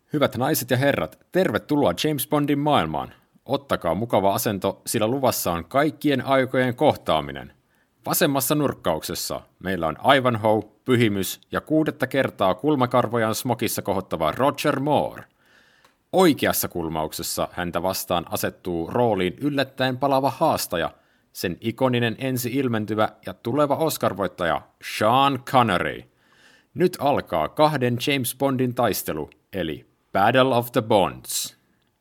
Hyvät naiset ja herrat, tervetuloa James Bondin maailmaan. Ottakaa mukava asento, sillä luvassa on kaikkien aikojen kohtaaminen. Vasemmassa nurkkauksessa meillä on Ivanhoe, Pyhimys ja 6. kertaa kulmakarvojaan smokissa kohottava Roger Moore. Oikeassa kulmauksessa häntä vastaan asettuu rooliin yllättäen palava haastaja, sen ikoninen ensi-ilmentyvä ja tuleva Oscar-voittaja Sean Connery. Nyt alkaa 2 James Bondin taistelu, eli Battle of the Bonds.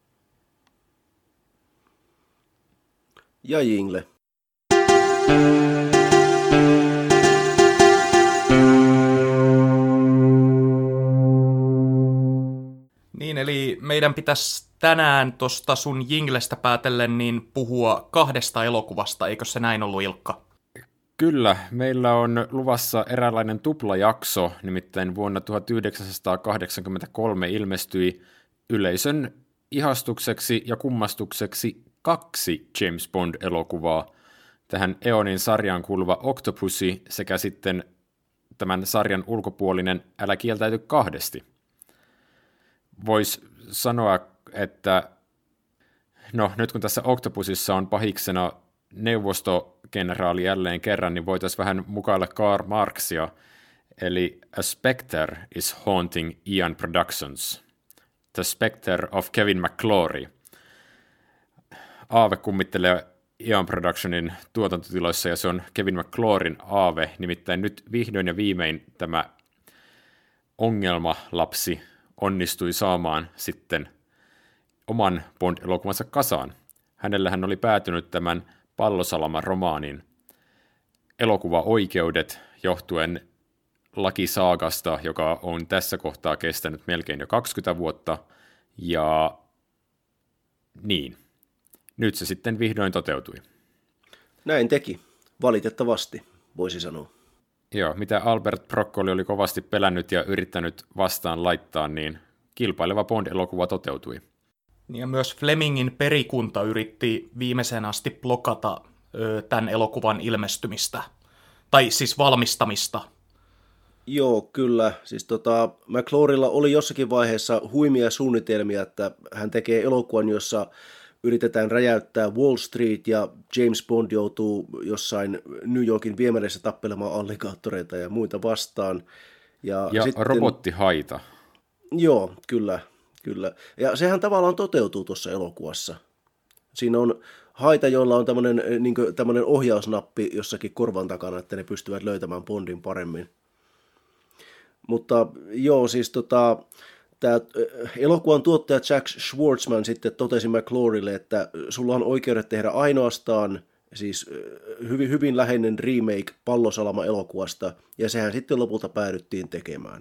Ja jingle. Niin, eli meidän pitäisi tänään tuosta sun jinglestä päätellen niin puhua 2 elokuvasta, eikö se näin ollut, Ilkka? Kyllä, meillä on luvassa eräänlainen tuplajakso, nimittäin vuonna 1983 ilmestyi yleisön ihastukseksi ja kummastukseksi 2 James Bond-elokuvaa. Tähän Eonin sarjaan kuuluva Octopussy sekä sitten tämän sarjan ulkopuolinen Älä kieltäyty 2. Voisi sanoa, että no nyt kun tässä Octopusissa on pahiksena neuvostokenraali jälleen kerran, niin voitaisiin vähän mukailla Karl Marxia, eli A Spectre is haunting Eon Productions. The Spectre of Kevin McClory. Aave kummittelee Eon Productionin tuotantotiloissa, ja se on Kevin McCloryn aave, nimittäin nyt vihdoin ja viimein tämä ongelmalapsi onnistui saamaan sitten oman Bond-elokuvansa kasaan. Hänellähän oli päätynyt tämän Pallosalama-romaanin elokuvaoikeudet johtuen lakisaagasta, joka on tässä kohtaa kestänyt melkein jo 20 vuotta, ja niin, nyt se sitten vihdoin toteutui. Näin teki, valitettavasti, voisi sanoa. Joo, mitä Albert Broccoli oli kovasti pelännyt ja yrittänyt vastaan laittaa, niin kilpaileva Bond-elokuva toteutui. Ja myös Flemingin perikunta yritti viimeiseen asti blokata tämän elokuvan ilmestymistä, tai siis valmistamista. Joo, kyllä. Siis McClorylla oli jossakin vaiheessa huimia suunnitelmia, että hän tekee elokuvan, jossa yritetään räjäyttää Wall Street ja James Bond joutuu jossain New Yorkin viemäreissä tappelemaan alligaattoreita ja muita vastaan. Ja sitten robottihaita. Joo, kyllä. Ja sehän tavallaan toteutuu tuossa elokuvassa. Siinä on haita, joilla on tämmöinen ohjausnappi jossakin korvan takana, että ne pystyvät löytämään Bondin paremmin. Mutta joo, siis tämä elokuvan tuottaja Jack Schwartzman sitten totesi McClorylle, että sulla on oikeudet tehdä ainoastaan siis hyvin läheinen remake Pallosalama-elokuvasta, ja sehän sitten lopulta päädyttiin tekemään.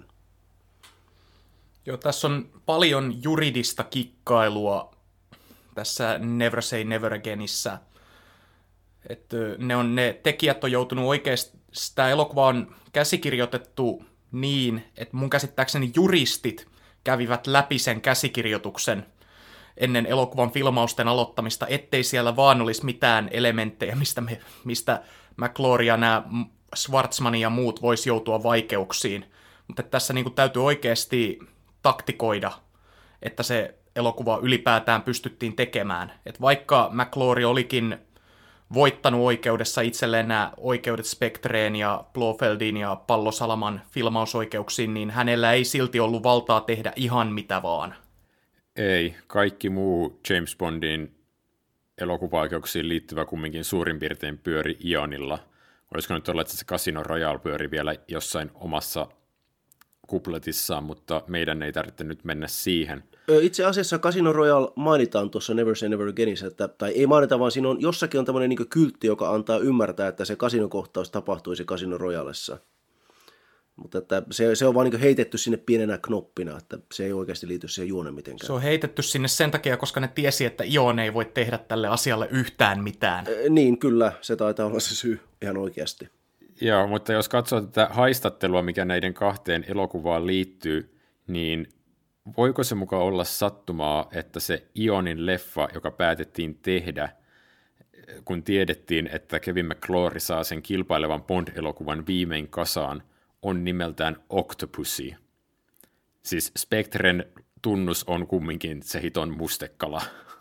Joo, tässä on paljon juridista kikkailua tässä Never Say Never Againissa. Että ne tekijät on joutunut oikeasti, tämä elokuva on käsikirjoitettu niin, että mun käsittääkseni juristit kävivät läpi sen käsikirjoituksen ennen elokuvan filmausten aloittamista, ettei siellä vaan olisi mitään elementtejä, mistä McClory ja nämä Schwartzman ja muut voisi joutua vaikeuksiin. Mutta tässä niin kuin täytyy oikeasti taktikoida, että se elokuva ylipäätään pystyttiin tekemään. Et vaikka McClory olikin voittanut oikeudessa itselleen nämä oikeudet Spectreen ja Blofeldin ja Pallosalaman filmausoikeuksiin, niin hänellä ei silti ollut valtaa tehdä ihan mitä vaan. Ei, kaikki muu James Bondin elokuvaoikeuksiin liittyvä kumminkin suurin piirtein pyöri Eonilla. Olisiko nyt olla, että se Casino Royale pyöri vielä jossain omassa kupletissaan, mutta meidän ei tarvitse nyt mennä siihen. Itse asiassa Casino Royale mainitaan tuossa Never Say Never Againissa, tai ei mainita, vaan siinä on jossakin on tämmöinen niin kyltti, joka antaa ymmärtää, että se kasinokohtaus tapahtuisi Casino Royalessa. Mutta että se on vaan niin heitetty sinne pienenä knoppina, että se ei oikeasti liity siihen juoneen mitenkään. Se on heitetty sinne sen takia, koska ne tiesi, että Eon ei voi tehdä tälle asialle yhtään mitään. Niin, kyllä, se taitaa olla se syy ihan oikeasti. Joo, mutta jos katsoo tätä haistattelua, mikä näiden 2 elokuvaan liittyy, niin voiko se mukaan olla sattumaa, että se Eonin leffa, joka päätettiin tehdä, kun tiedettiin, että Kevin McClory saa sen kilpailevan Bond-elokuvan viimein kasaan, on nimeltään Octopussy. Siis Spectren tunnus on kumminkin se hiton mustekala.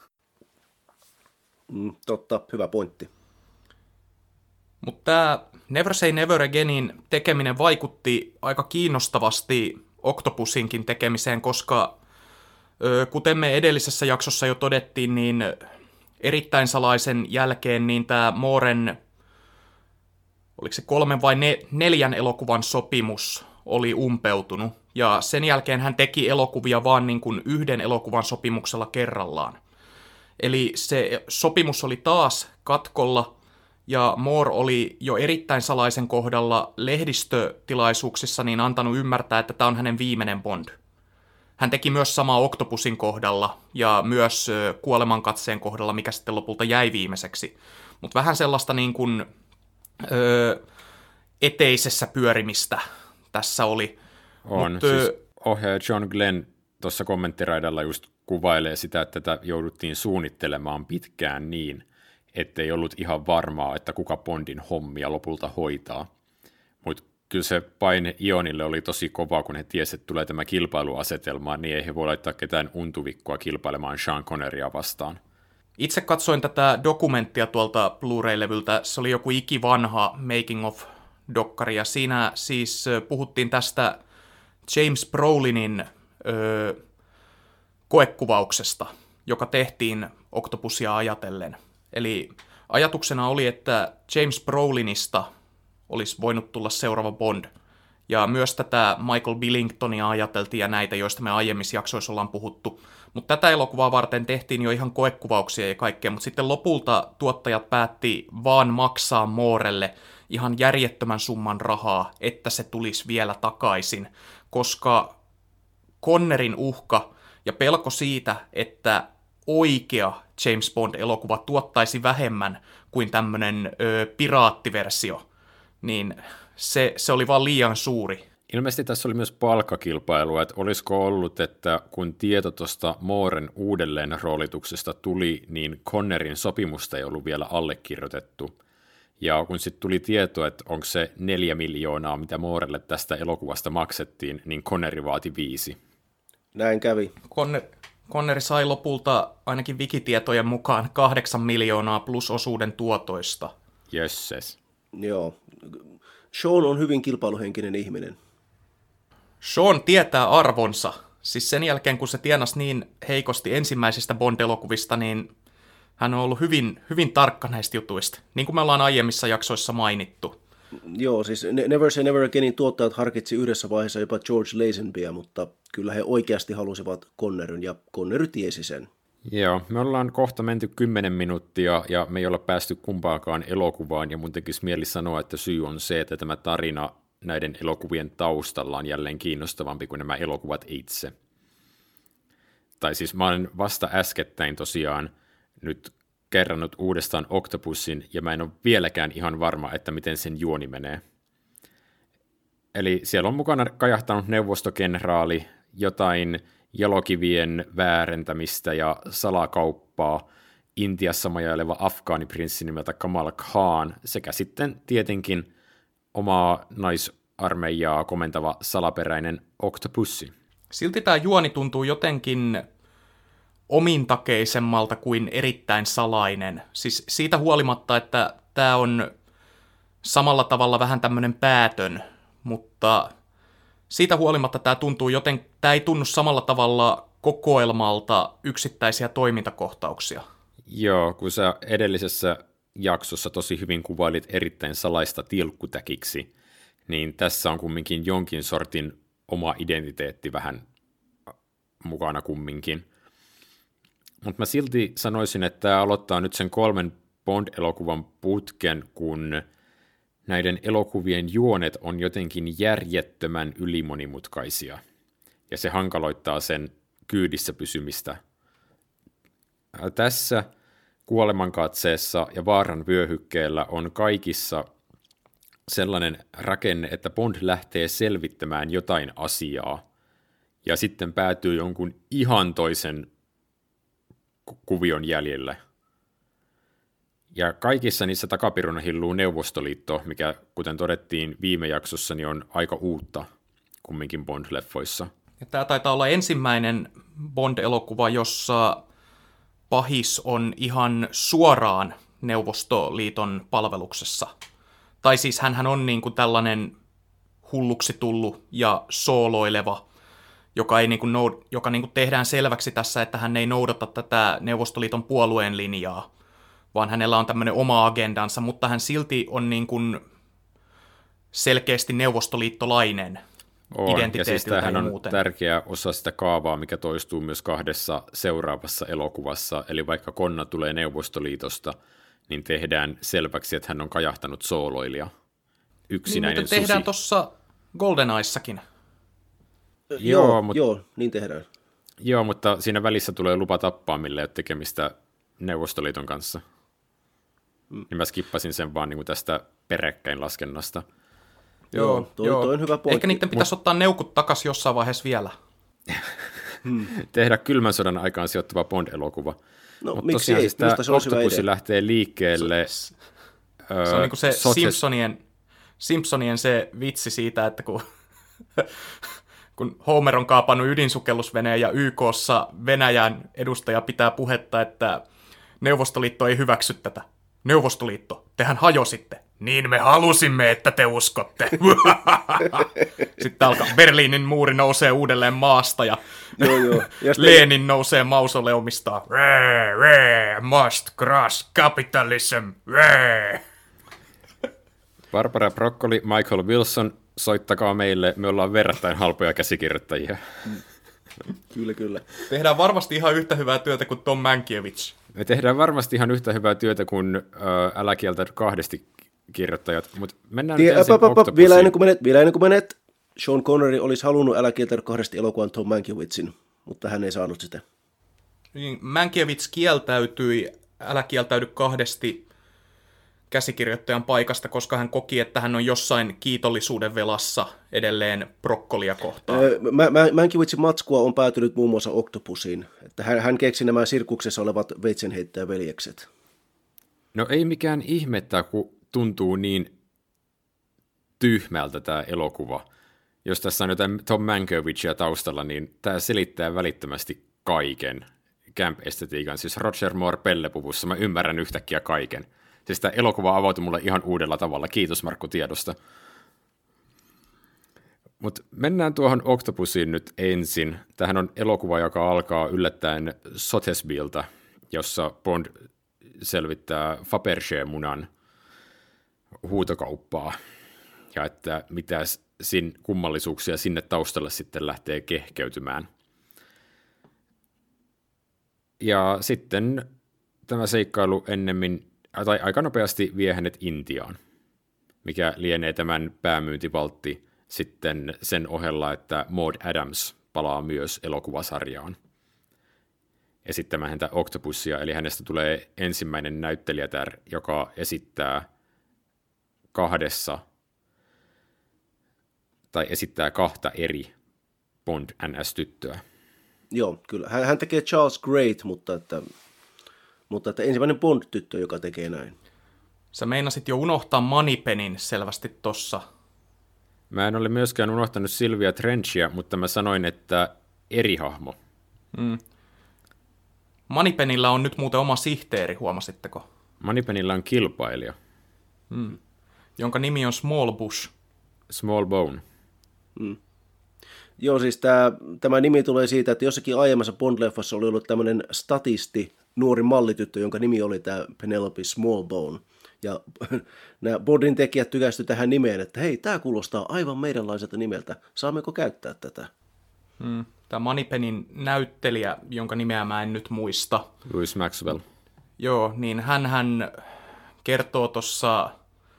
Totta, hyvä pointti. Mutta tämä Never Say Never Againin tekeminen vaikutti aika kiinnostavasti Octopusinkin tekemiseen, koska kuten me edellisessä jaksossa jo todettiin, niin erittäin salaisen jälkeen niin tämä Mooren, oliko se 3 vai 4 elokuvan sopimus oli umpeutunut. Ja sen jälkeen hän teki elokuvia vaan niin kuin 1 elokuvan sopimuksella kerrallaan. Eli se sopimus oli taas katkolla, ja Moore oli jo erittäin salaisen kohdalla lehdistötilaisuuksissa niin antanut ymmärtää, että tämä on hänen viimeinen Bond. Hän teki myös samaa Octopusin kohdalla ja myös Kuolemankatseen kohdalla, mikä sitten lopulta jäi viimeiseksi. Mutta vähän sellaista niin kuin, eteisessä pyörimistä tässä oli. Siis ohjaaja John Glenn tuossa kommenttiraidalla just kuvailee sitä, että tätä jouduttiin suunnittelemaan pitkään niin, ettei ollut ihan varmaa, että kuka Bondin hommia lopulta hoitaa. Mutta kyllä se paine Ionille oli tosi kova, kun he tiesivät, että tulee tämä kilpailuasetelma, niin ei he voi laittaa ketään untuvikkoa kilpailemaan Sean Connerya vastaan. Itse katsoin tätä dokumenttia tuolta Blu-ray-levyltä. Se oli joku ikivanha Making of-dokkari, ja siinä siis puhuttiin tästä James Brolinin koekuvauksesta, joka tehtiin Octopusia ajatellen. Eli ajatuksena oli, että James Brolinista olisi voinut tulla seuraava Bond. Ja myös tätä Michael Billingtonia ajateltiin ja näitä, joista me aiemmissa jaksoissa ollaan puhuttu. Mutta tätä elokuvaa varten tehtiin jo ihan koekuvauksia ja kaikkea, mutta sitten lopulta tuottajat päätti vaan maksaa Moorelle ihan järjettömän summan rahaa, että se tulisi vielä takaisin, koska Connerin uhka ja pelko siitä, että oikea James Bond-elokuva tuottaisi vähemmän kuin tämmöinen piraattiversio, niin se oli vaan liian suuri. Ilmeisesti tässä oli myös palkkakilpailua, että olisiko ollut, että kun tieto tuosta Mooren uudelleen roolituksesta tuli, niin Connerin sopimusta ei ollut vielä allekirjoitettu. Ja kun sitten tuli tieto, että onko se 4 miljoonaa, mitä Moorelle tästä elokuvasta maksettiin, niin Conneri vaati 5. Näin kävi. Conneri sai lopulta ainakin wikitietojen mukaan 8 miljoonaa plus osuuden tuotoista. Jösses. Joo. Sean on hyvin kilpailuhenkinen ihminen. Sean tietää arvonsa. Siis sen jälkeen, kun se tienasi niin heikosti ensimmäisistä Bond-elokuvista, niin hän on ollut hyvin, hyvin tarkka näistä jutuista, niin kuin me ollaan aiemmissa jaksoissa mainittu. Joo, siis Never Say Never Againin tuottajat harkitsi yhdessä vaiheessa jopa George Lazenbyä, mutta kyllä he oikeasti halusivat Connerin, ja Connery tiesi sen. Joo, me ollaan kohta menty 10 minuuttia, ja me ei olla päästy kumpaakaan elokuvaan, ja mun tekisi mieli sanoa, että syy on se, että tämä tarina näiden elokuvien taustalla on jälleen kiinnostavampi kuin nämä elokuvat itse. Tai siis mä olen vasta äskettäin tosiaan nyt kerrannut uudestaan Octopusin, ja mä en ole vieläkään ihan varma, että miten sen juoni menee. Eli siellä on mukana kajahtanut neuvostokenraali, jotain jalokivien väärentämistä ja salakauppaa, Intiassa majaileva afgaaniprinssi nimeltä Kamal Khan, sekä sitten tietenkin omaa naisarmeijaa komentava salaperäinen Octopussy. Silti tämä juoni tuntuu jotenkin omintakeisemmalta kuin erittäin salainen. Siis siitä huolimatta, että tämä on samalla tavalla vähän tämmöinen päätön, mutta siitä huolimatta tämä ei tunnu samalla tavalla kokoelmalta yksittäisiä toimintakohtauksia. Joo, kun sä edellisessä jaksossa tosi hyvin kuvailit erittäin salaista tilkkutäkiksi, niin tässä on kumminkin jonkin sortin oma identiteetti vähän mukana kumminkin. Mutta mä silti sanoisin, että tämä aloittaa nyt sen 3 Bond-elokuvan putken, kun näiden elokuvien juonet on jotenkin järjettömän ylimonimutkaisia, ja se hankaloittaa sen kyydissä pysymistä. Tässä Kuolemankatseessa ja Vaaran vyöhykkeellä on kaikissa sellainen rakenne, että Bond lähtee selvittämään jotain asiaa, ja sitten päätyy jonkun ihan toisen kuvion jäljelle. Ja kaikissa niissä takapiruna hilluu Neuvostoliitto, mikä, kuten todettiin viime jaksossa, niin on aika uutta kumminkin Bond-leffoissa. Ja tämä taitaa olla ensimmäinen Bond-elokuva, jossa pahis on ihan suoraan Neuvostoliiton palveluksessa. Tai siis hänhän on niin kuin tällainen hulluksi tullut ja sooloileva, joka niin kuin tehdään selväksi tässä, että hän ei noudata tätä Neuvostoliiton puolueen linjaa, vaan hänellä on tämmöinen oma agendansa, mutta hän silti on niin kuin selkeästi neuvostoliittolainen identiteetiltä ja siis tämähän on muuten. tärkeä osa sitä kaavaa, mikä toistuu myös 2 seuraavassa elokuvassa, eli vaikka Konna tulee Neuvostoliitosta, niin tehdään selväksi, että hän on kajahtanut sooloilija, yksinäinen niin, tehdään susi. tuossa GoldenEyessakin. Joo, niin tehdään. Joo, mutta siinä välissä tulee lupa tappaa, millä ei ole tekemistä Neuvostoliiton kanssa. Niin mä skippasin sen vaan niin kuin tästä peräkkäin laskennasta. Joo, toi on hyvä pointti. Ehkä niiden pitäisi ottaa neukut takaisin jossain vaiheessa vielä. Tehdä kylmän sodan aikaan sijoittuva Bond-elokuva. No mutta miksi tosiaan ei? siis tämä Minusta se olisi hyvä Octopussy idea. lähtee liikkeelle. Se on niin kuin se Simpsonien se vitsi siitä, että kun Homer on kaapannut ydinsukellusveneen ja YK:ssa Venäjän edustaja pitää puhetta, että Neuvostoliitto ei hyväksy tätä. Neuvostoliitto, tehän hajositte. Niin me halusimme, että te uskotte. Sitten alkaa Berliinin muuri nousee uudelleen maasta ja Joo. Lenin nousee mausoleumistaan. Must crush capitalism. Barbara Broccoli, Michael Wilson, soittakaa meille, me ollaan verrattain halpoja käsikirjoittajia. Kyllä. Tehdään varmasti ihan yhtä hyvää työtä kuin Tom Mankiewicz. Me tehdään varmasti ihan yhtä hyvää työtä kuin Älä kieltäydy 2 kirjoittajat, mutta mennään nyt ensin Octopussiin. Vielä ennen kuin menet, Sean Connery olisi halunnut Älä kieltäydy 2 elokuvan Tom Mankiewiczin, mutta hän ei saanut sitä. Mankiewicz kieltäytyi Älä kieltäydy 2 käsikirjoittajan paikasta, koska hän koki, että hän on jossain kiitollisuuden velassa edelleen Broccolia kohtaan. Mankiewiczin matskua on päätynyt muun muassa Octopussiin. Että hän keksi nämä sirkuksessa olevat veitsenheittäjäveljekset. No ei mikään ihmettä, kun tuntuu niin tyhmältä tämä elokuva. Jos tässä on jotain Tom Mankiewiczia taustalla, niin tämä selittää välittömästi kaiken. Camp-estetiikan, siis Roger Moore pellepuvussa, mä ymmärrän yhtäkkiä kaiken. Siis tämä elokuva avautui mulle ihan uudella tavalla. Kiitos Markku tiedosta. Mutta mennään tuohon Octopussiin nyt ensin. Tämähän on elokuva, joka alkaa yllättäen Sotheby'ltä, jossa Bond selvittää Fabergé-munan huutokauppaa. Ja että mitä kummallisuuksia sinne taustalle sitten lähtee kehkeytymään. Ja sitten tämä seikkailu ennemmin tai aika nopeasti vie hänet Intiaan, mikä lienee tämän päämyyntivaltti sitten sen ohella, että Maud Adams palaa myös elokuvasarjaan esittämään häntä Octopussia, eli hänestä tulee ensimmäinen näyttelijätär, joka esittää esittää 2 eri Bond NS-tyttöä. Joo, kyllä. Hän tekee Charles Great, mutta että ensimmäinen Bond-tyttö, joka tekee näin. Sä meinasit jo unohtaa Moneypenin selvästi tossa. Mä en ole myöskään unohtanut Sylvia Trenchia, mutta mä sanoin, että eri hahmo. Moneypenillä on nyt muuten oma sihteeri, huomasitteko? Moneypenillä on kilpailija. Jonka nimi on Small Bush. Small Bone. Joo, siis tämä nimi tulee siitä, että jossakin aiemmassa Bond-leffassa oli ollut tämmöinen statisti, nuori mallityttö, jonka nimi oli tämä Penelope Smallbone. Ja nämä Bondin tekijät tykästy tähän nimeen, että hei, tämä kuulostaa aivan meidänlaiselta nimeltä. Saammeko käyttää tätä? Tämä Moneypenin näyttelijä, jonka nimeä mä en nyt muista. Louis Maxwell. Joo, niin hän kertoo tuossa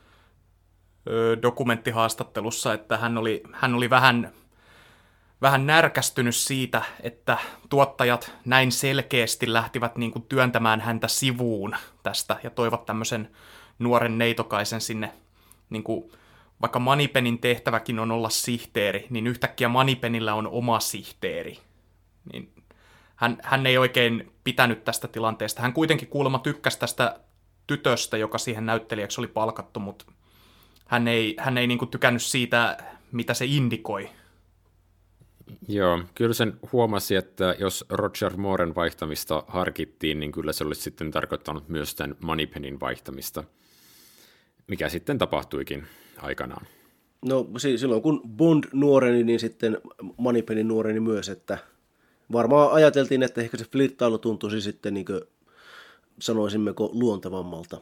dokumenttihaastattelussa, että hän oli vähän närkästynyt siitä, että tuottajat näin selkeästi lähtivät niin kuin työntämään häntä sivuun tästä ja toivat tämmöisen nuoren neitokaisen sinne, niin kuin, vaikka Moneypenin tehtäväkin on olla sihteeri, niin yhtäkkiä Moneypenillä on oma sihteeri. Niin hän ei oikein pitänyt tästä tilanteesta. Hän kuitenkin kuulemma tykkäsi tästä tytöstä, joka siihen näyttelijäksi oli palkattu, mutta hän ei niin kuin tykännyt siitä, mitä se indikoi. Joo, kyllä sen huomasi, että jos Roger Mooren vaihtamista harkittiin, niin kyllä se olisi sitten tarkoittanut myös tämän Moneypennin vaihtamista, mikä sitten tapahtuikin aikanaan. No silloin kun Bond nuoreni, niin sitten Moneypennin nuoreni myös, että varmaan ajateltiin, että ehkä se flirttailu tuntuisi sitten niin kuin sanoisimmeko luontevammalta.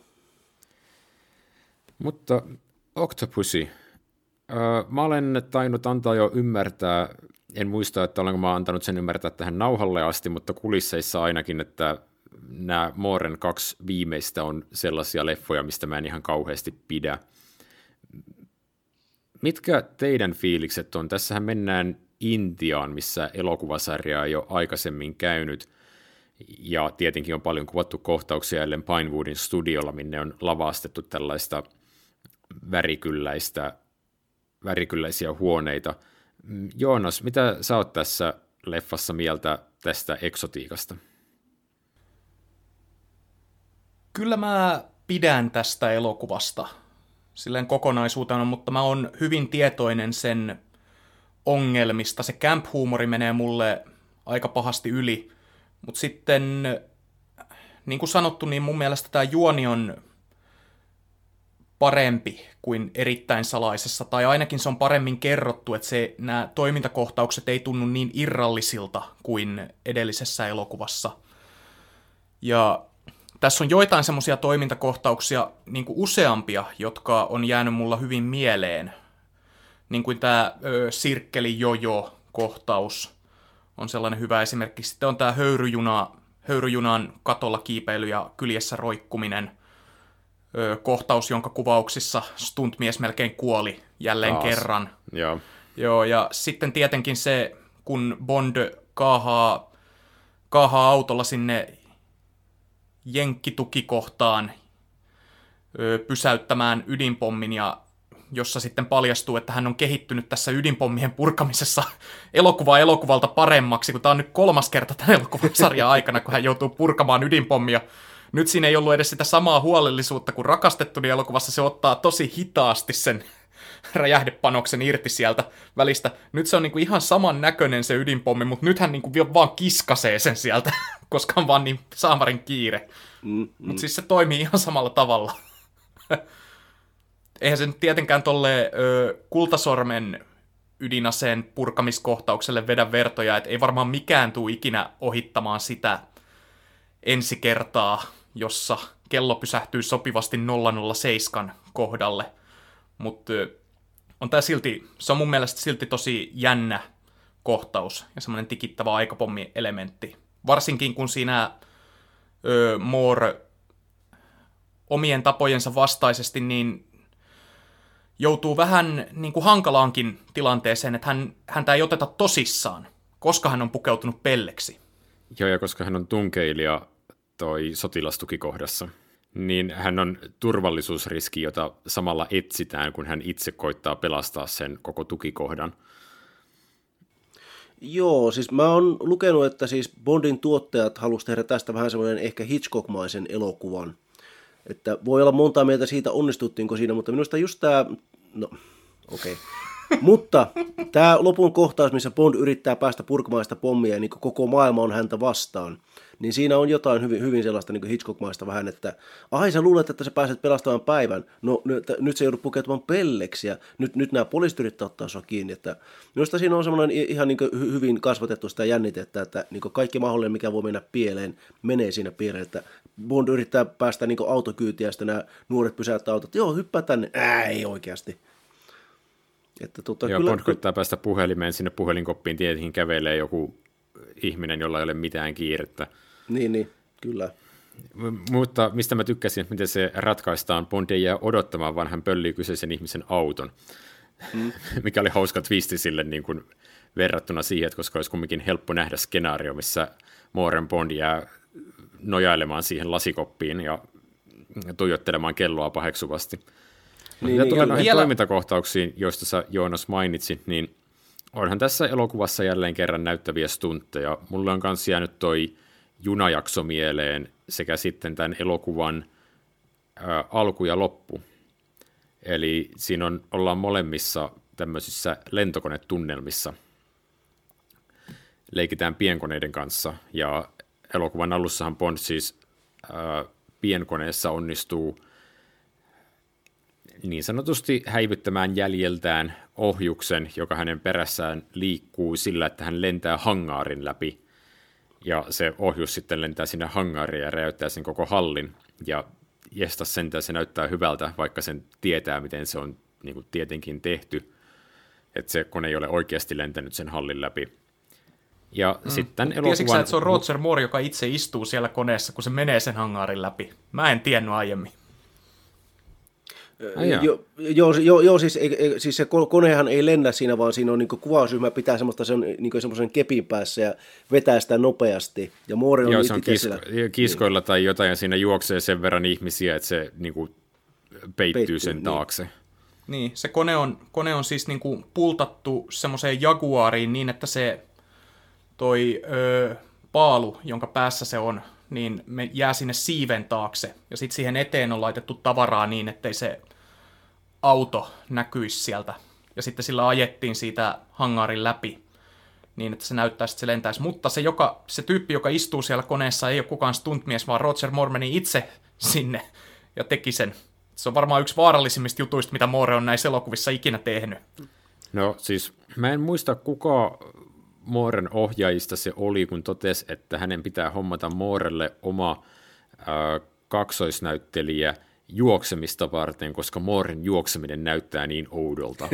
Mutta Octopussy, mä olen tainnut antaa jo ymmärtää, en muista, että olenko mä antanut sen ymmärtää tähän nauhalle asti, mutta kulisseissa ainakin, että nämä Mooren 2 viimeistä on sellaisia leffoja, mistä mä en ihan kauheasti pidä. Mitkä teidän fiilikset on? Tässähän mennään Intiaan, missä elokuvasarja ei ole aikaisemmin käynyt, ja tietenkin on paljon kuvattu kohtauksia Ellen Pinewoodin studiolla, minne on lavastettu tällaista värikylläisiä huoneita. Joonas, mitä sä oot tässä leffassa mieltä tästä eksotiikasta? Kyllä mä pidän tästä elokuvasta silleen kokonaisuutena, mutta mä oon hyvin tietoinen sen ongelmista. Se camp-huumori menee mulle aika pahasti yli, mutta sitten, niin kuin sanottu, niin mun mielestä tämä juoni on parempi kuin Erittäin salaisessa, tai ainakin se on paremmin kerrottu, että nämä toimintakohtaukset ei tunnu niin irrallisilta kuin edellisessä elokuvassa. Ja tässä on joitain semmoisia toimintakohtauksia, niin kuin useampia, jotka on jäänyt mulla hyvin mieleen. Niin kuin tämä sirkkeli-jojo-kohtaus on sellainen hyvä esimerkki. Sitten on tämä höyryjunan katolla kiipeily ja kyljessä roikkuminen. Kohtaus, jonka kuvauksissa stuntmies melkein kuoli jälleen kerran. Joo, ja sitten tietenkin se, kun Bond kaahaa autolla sinne jenkkitukikohtaan pysäyttämään ydinpommin, ja jossa sitten paljastuu, että hän on kehittynyt tässä ydinpommien purkamisessa elokuvalta paremmaksi, kun tämä on nyt 3. kerta tämän elokuvasarjan aikana, kun hän joutuu purkamaan ydinpommia. Nyt siinä ei ollut edes sitä samaa huolellisuutta kuin Rakastettuni elokuvassa, se ottaa tosi hitaasti sen räjähdepanoksen irti sieltä välistä. Nyt se on niinku ihan saman näköinen se ydinpommi, mutta nyt hän niinku vaan kiskasee sen sieltä, koska on vaan niin saamarin kiire. Mutta siis se toimii ihan samalla tavalla. Eihän se nyt tietenkään tolle Kultasormen ydinaseen purkamiskohtaukselle vedä vertoja, että ei varmaan mikään tule ikinä ohittamaan sitä ensi kertaa, jossa kello pysähtyy sopivasti 007 kohdalle. Mutta on tää silti, se on mun mielestä silti tosi jännä kohtaus ja semmoinen tikittävä aikapommi-elementti. Varsinkin kun siinä Moore omien tapojensa vastaisesti niin joutuu vähän niin kuin hankalaankin tilanteeseen, että häntä ei oteta tosissaan, koska hän on pukeutunut pelleksi. Joo, ja koska hän on tunkeilija toi sotilastukikohdassa, niin hän on turvallisuusriski, jota samalla etsitään, kun hän itse koittaa pelastaa sen koko tukikohdan. Joo, siis mä oon lukenut, että siis Bondin tuottajat halusivat tehdä tästä vähän semmoinen ehkä Hitchcock-maisen elokuvan. Että voi olla montaa mieltä siitä, onnistuttiinko siinä, mutta minusta just tämä, no okei. Okay. Mutta tämä lopun kohtaus, missä Bond yrittää päästä purkamaan sitä pommia ja niin koko maailma on häntä vastaan, niin siinä on jotain hyvin sellaista niin Hitchcock-maista vähän, että ai sä luulet, että sä pääset pelastamaan päivän, no nyt se joudut pukeutumaan pelleksi ja nyt nämä poliisit yrittää ottaa sua kiinni. Että minusta siinä on semmoinen ihan niin hyvin kasvatettu sitä jännitettä, että niin kaikki mahdollinen, mikä voi mennä pieleen, menee siinä pieleen, että Bond yrittää päästä niin autokyytiä ja sitten nämä nuoret pysäyttää autot, joo hyppää tänne, ei oikeasti. Että joo, Bond koittaa päästä puhelimeen, sinne puhelinkoppiin tietenkin kävelee joku ihminen, jolla ei ole mitään kiirettä. Niin, kyllä. Mutta mistä mä tykkäsin, että miten se ratkaistaan, Bond ei jää odottamaan, vaan hän pöllii kyseisen ihmisen auton, mikä oli hauska twisti sille niin kuin verrattuna siihen, että koska olisi kumminkin helppo nähdä skenaario, missä Mooren Bond jää nojailemaan siihen lasikoppiin ja tuijottelemaan kelloa paheksuvasti. Mitä tulee noihin toimintakohtauksiin, joista sä Joonas mainitsit, niin onhan tässä elokuvassa jälleen kerran näyttäviä stuntteja. Mulle on myös jäänyt toi junajakso mieleen sekä sitten tämän elokuvan alku ja loppu. Eli siinä ollaan molemmissa tämmöisissä lentokonetunnelmissa. leikitään pienkoneiden kanssa, ja elokuvan alussahan Bond siis pienkoneessa onnistuu niin sanotusti häivyttämään jäljeltään ohjuksen, joka hänen perässään liikkuu sillä, että hän lentää hangaarin läpi, ja se ohjus sitten lentää sinne hangaariin ja räjäyttää sen koko hallin, ja jestas sentään se näyttää hyvältä, vaikka sen tietää, miten se on niin kuin tietenkin tehty, että se kone ei ole oikeasti lentänyt sen hallin läpi. Ja sitten Tiesitkö sä, että se on Roger Moore, joka itse istuu siellä koneessa, kun se menee sen hangaarin läpi? Mä en tiennyt aiemmin. Siis se konehan ei lennä siinä, vaan siinä on niin kuvausryhmä pitää semmoisen kepin päässä ja vetää sitä nopeasti. Ja Moore on se on kiskoilla tai jotain, ja siinä juoksee sen verran ihmisiä, että se niin kuin peittyy sen taakse. Niin, se kone on siis niin kuin pultattu semmoiseen Jaguariin niin, että se paalu, jonka päässä se on, niin me jää sinne siiven taakse. Ja sitten siihen eteen on laitettu tavaraa niin, ettei se auto näkyisi sieltä. Ja sitten sillä ajettiin siitä hangaarin läpi niin, että se näyttäisi, että se lentäisi. Mutta se tyyppi, joka istuu siellä koneessa, ei ole kukaan stuntmies, vaan Roger Moore meni itse sinne ja teki sen. Se on varmaan yksi vaarallisimmista jutuista, mitä Moore on näissä elokuvissa ikinä tehnyt. No siis, mä en muista kuka Mooren ohjaajista se oli, kun totesi, että hänen pitää hommata Moorelle oma kaksoisnäyttelijä juoksemista varten, koska Mooren juokseminen näyttää niin oudolta.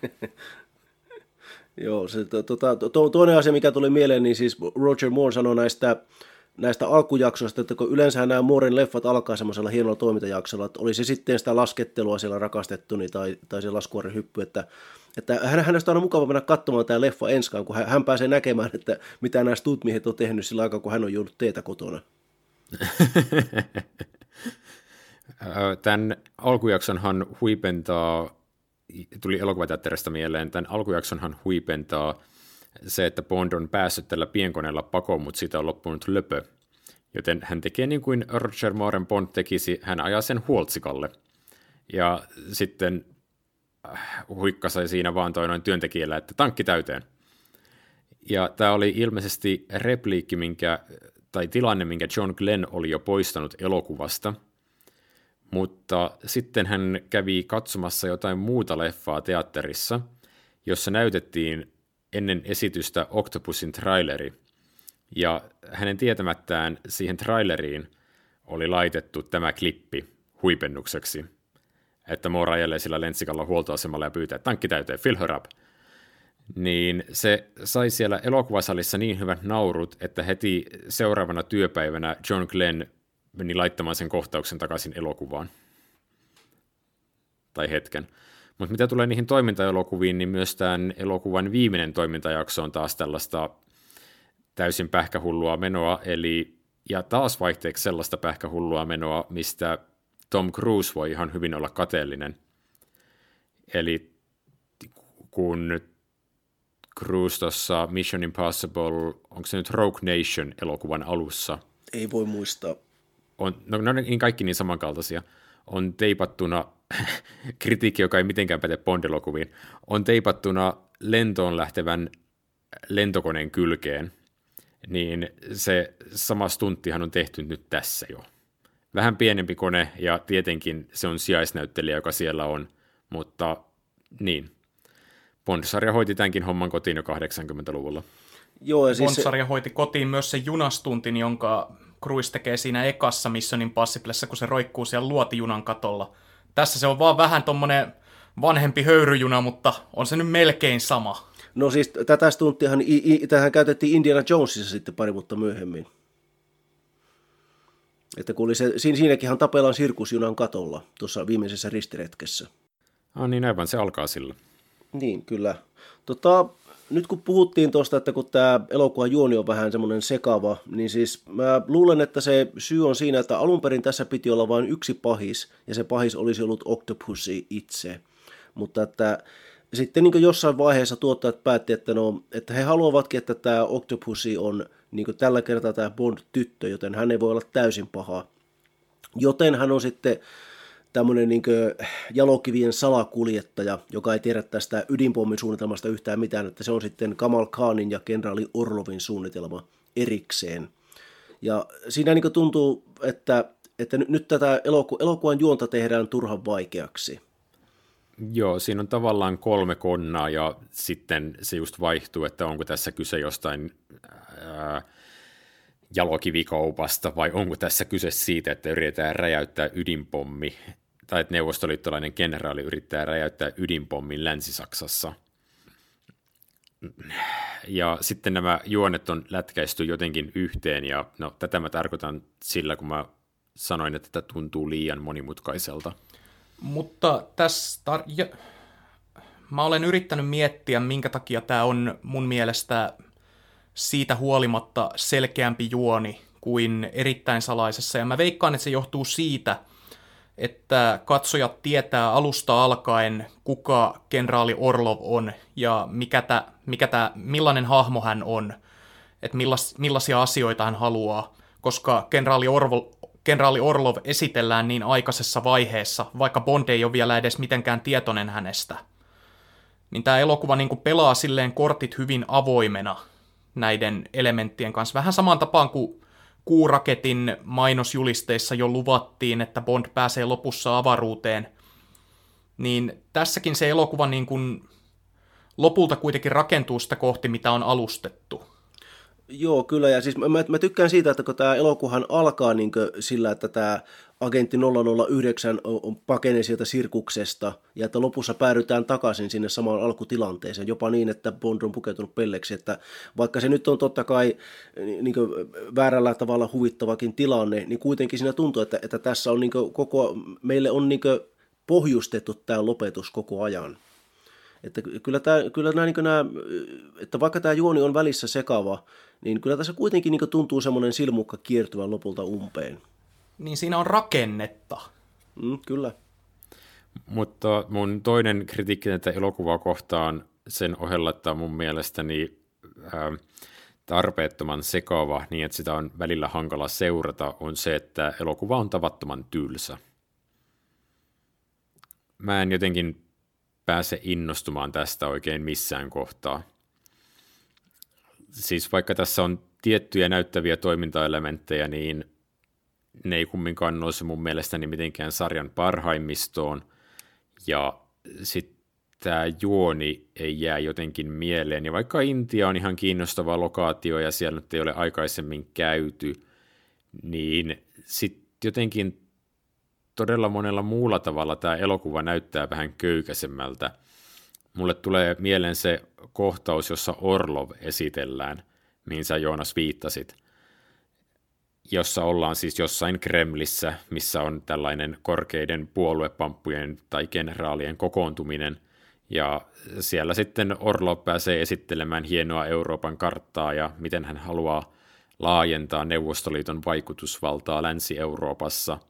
Joo, se, toinen asia, mikä tuli mieleen, niin siis Roger Moore sanoi näistä alkujaksoista, että kun yleensä nämä Mooren leffat alkaa semmoisella hienolla toimintajaksolla, että oli se sitten sitä laskettelua siellä rakastettuni tai se laskuvarren hyppy, että hänestä on aina mukava mennä katsomaan tämä leffa enskaan, kun hän pääsee näkemään, että mitä nämä stuntmiehet on tehnyt sillä aikaa, kun hän on juonut teetä kotona. Tämän alkujaksonhan huipentaa, tuli elokuvateatterista mieleen, tämän alkujaksonhan huipentaa se, että Bond on päässyt tällä pienkoneella pakoon, mutta siitä on loppunut löpö. Joten hän tekee niin kuin Roger Mooren Bond tekisi, hän ajaa sen huoltsikalle. Ja sitten huikkasai siinä vaan noin työntekijällä, että tankki täyteen. Ja tämä oli ilmeisesti repliikki, tai tilanne, minkä John Glenn oli jo poistanut elokuvasta, mutta sitten hän kävi katsomassa jotain muuta leffaa teatterissa, jossa näytettiin ennen esitystä Octopusin traileri, ja hänen tietämättään siihen traileriin oli laitettu tämä klippi huipennukseksi, että Moore ajelee sillä lentsikalla huoltoasemalla ja pyytää, että tankki täyteen, fill her up. Niin se sai siellä elokuvasalissa niin hyvät naurut, että heti seuraavana työpäivänä John Glenn meni laittamaan sen kohtauksen takaisin elokuvaan. Tai hetken. Mutta mitä tulee niihin toimintaelokuviin, niin myös tämän elokuvan viimeinen toimintajakso on taas tällaista täysin pähkähullua menoa, ja taas vaihteeksi sellaista pähkähullua menoa, mistä Tom Cruise voi ihan hyvin olla kateellinen. Eli kun Cruise tuossa Mission Impossible, onko se nyt Rogue Nation-elokuvan alussa? Ei voi muistaa. Ne on niin kaikki niin samankaltaisia. On teipattuna, kritiikki, joka ei mitenkään päte Bond-elokuviin, on teipattuna lentoon lähtevän lentokoneen kylkeen, niin se sama stunttihan on tehty nyt tässä jo. Vähän pienempi kone, ja tietenkin se on sijaisnäyttelijä, joka siellä on, mutta niin. Bond-sarja hoiti tämänkin homman kotiin jo 80-luvulla. Joo, ja siis Bond-sarja hoiti kotiin myös sen junastuntin, jonka Cruise tekee siinä ekassa Mission Impossiblessa, kun se roikkuu siellä luotijunan katolla. Tässä se on vaan vähän tommonen vanhempi höyryjuna, mutta on se nyt melkein sama. No siis tätä stunttiahan tähän käytettiin Indiana Jonesissa sitten pari vuotta myöhemmin. Että kun oli siinäkinhan tapellaan sirkusjunan katolla tuossa viimeisessä ristiretkessä. Niin aivan, se alkaa sillä. Niin, kyllä. Nyt kun puhuttiin tuosta, että kun tämä elokuvan juoni on vähän semmoinen sekava, niin siis mä luulen, että se syy on siinä, että alun perin tässä piti olla vain yksi pahis, ja se pahis olisi ollut Octopussy itse. Mutta että sitten niin jossain vaiheessa tuottajat päätti, että he haluavatkin, että tämä Octopussy on niin tällä kertaa tämä Bond-tyttö, joten hän ei voi olla täysin paha. Joten hän on sitten tämmöinen niin jalokivien salakuljettaja, joka ei tiedä tästä ydinpommin suunnitelmasta yhtään mitään, että se on sitten Kamal Khanin ja kenraali Orlovin suunnitelma erikseen. Ja siinä niin tuntuu, että nyt tätä elokuvan juonta tehdään turhan vaikeaksi. Joo, siinä on tavallaan 3 konnaa ja sitten se just vaihtuu, että onko tässä kyse jostain jalokivikaupasta vai onko tässä kyse siitä, että yritetään räjäyttää ydinpommi tai että neuvostoliittolainen kenraali yrittää räjäyttää ydinpommin Länsi-Saksassa. Ja sitten nämä juonet on lätkäisty jotenkin yhteen ja no, tätä mä tarkoitan sillä, kun mä sanoin, että tämä tuntuu liian monimutkaiselta. Mutta mä olen yrittänyt miettiä, minkä takia tämä on mun mielestä siitä huolimatta selkeämpi juoni kuin Erittäin salaisessa. Ja mä veikkaan, että se johtuu siitä, että katsojat tietää alusta alkaen, kuka kenraali Orlov on ja millainen hahmo hän on, että millaisia asioita hän haluaa, koska kenraali Orlov esitellään niin aikaisessa vaiheessa, vaikka Bond ei ole vielä edes mitenkään tietoinen hänestä. Niin tämä elokuva niin kuin pelaa silleen kortit hyvin avoimena näiden elementtien kanssa. Vähän samaan tapaan kuin Kuuraketin mainosjulisteissa jo luvattiin, että Bond pääsee lopussa avaruuteen, niin tässäkin se elokuva niin kuin lopulta kuitenkin rakentuu sitä kohti, mitä on alustettu. Joo, kyllä, ja siis mä tykkään siitä, että kun tämä elokuvahan alkaa niin sillä, että tämä agentti 009 pakenee sieltä sirkuksesta, ja että lopussa päädytään takaisin sinne samaan alkutilanteeseen, jopa niin, että Bond on pukeutunut pelleksi, että vaikka se nyt on totta kai niin väärällä tavalla huvittavakin tilanne, niin kuitenkin siinä tuntuu, että tässä on niin meille on niin pohjustettu tämä lopetus koko ajan. Että että vaikka tämä juoni on välissä sekava, niin kyllä tässä kuitenkin niin tuntuu semmoinen silmukka kiertyvän lopulta umpeen. Niin siinä on rakennetta. Kyllä. Mutta mun toinen kritiikki tätä elokuvaa kohtaan sen ohella, että on mun mielestäni tarpeettoman sekava, niin että sitä on välillä hankala seurata, on se, että elokuva on tavattoman tylsä. Mä en jotenkin pääse innostumaan tästä oikein missään kohtaa. Siis vaikka tässä on tiettyjä näyttäviä toimintaelementtejä, niin ne ei kumminkaan nouse mun mielestäni mitenkään sarjan parhaimmistoon, ja sitten tämä juoni ei jää jotenkin mieleen, ja vaikka Intia on ihan kiinnostava lokaatio, ja siellä nyt ei ole aikaisemmin käyty, niin sitten jotenkin todella monella muulla tavalla tämä elokuva näyttää vähän köykäisemmältä. Mulle tulee mieleen se kohtaus, jossa Orlov esitellään, mihin sä Joonas viittasit, jossa ollaan siis jossain Kremlissä, missä on tällainen korkeiden puoluepamppujen tai generaalien kokoontuminen, ja siellä sitten Orlov pääsee esittelemään hienoa Euroopan karttaa ja miten hän haluaa laajentaa Neuvostoliiton vaikutusvaltaa Länsi-Euroopassa.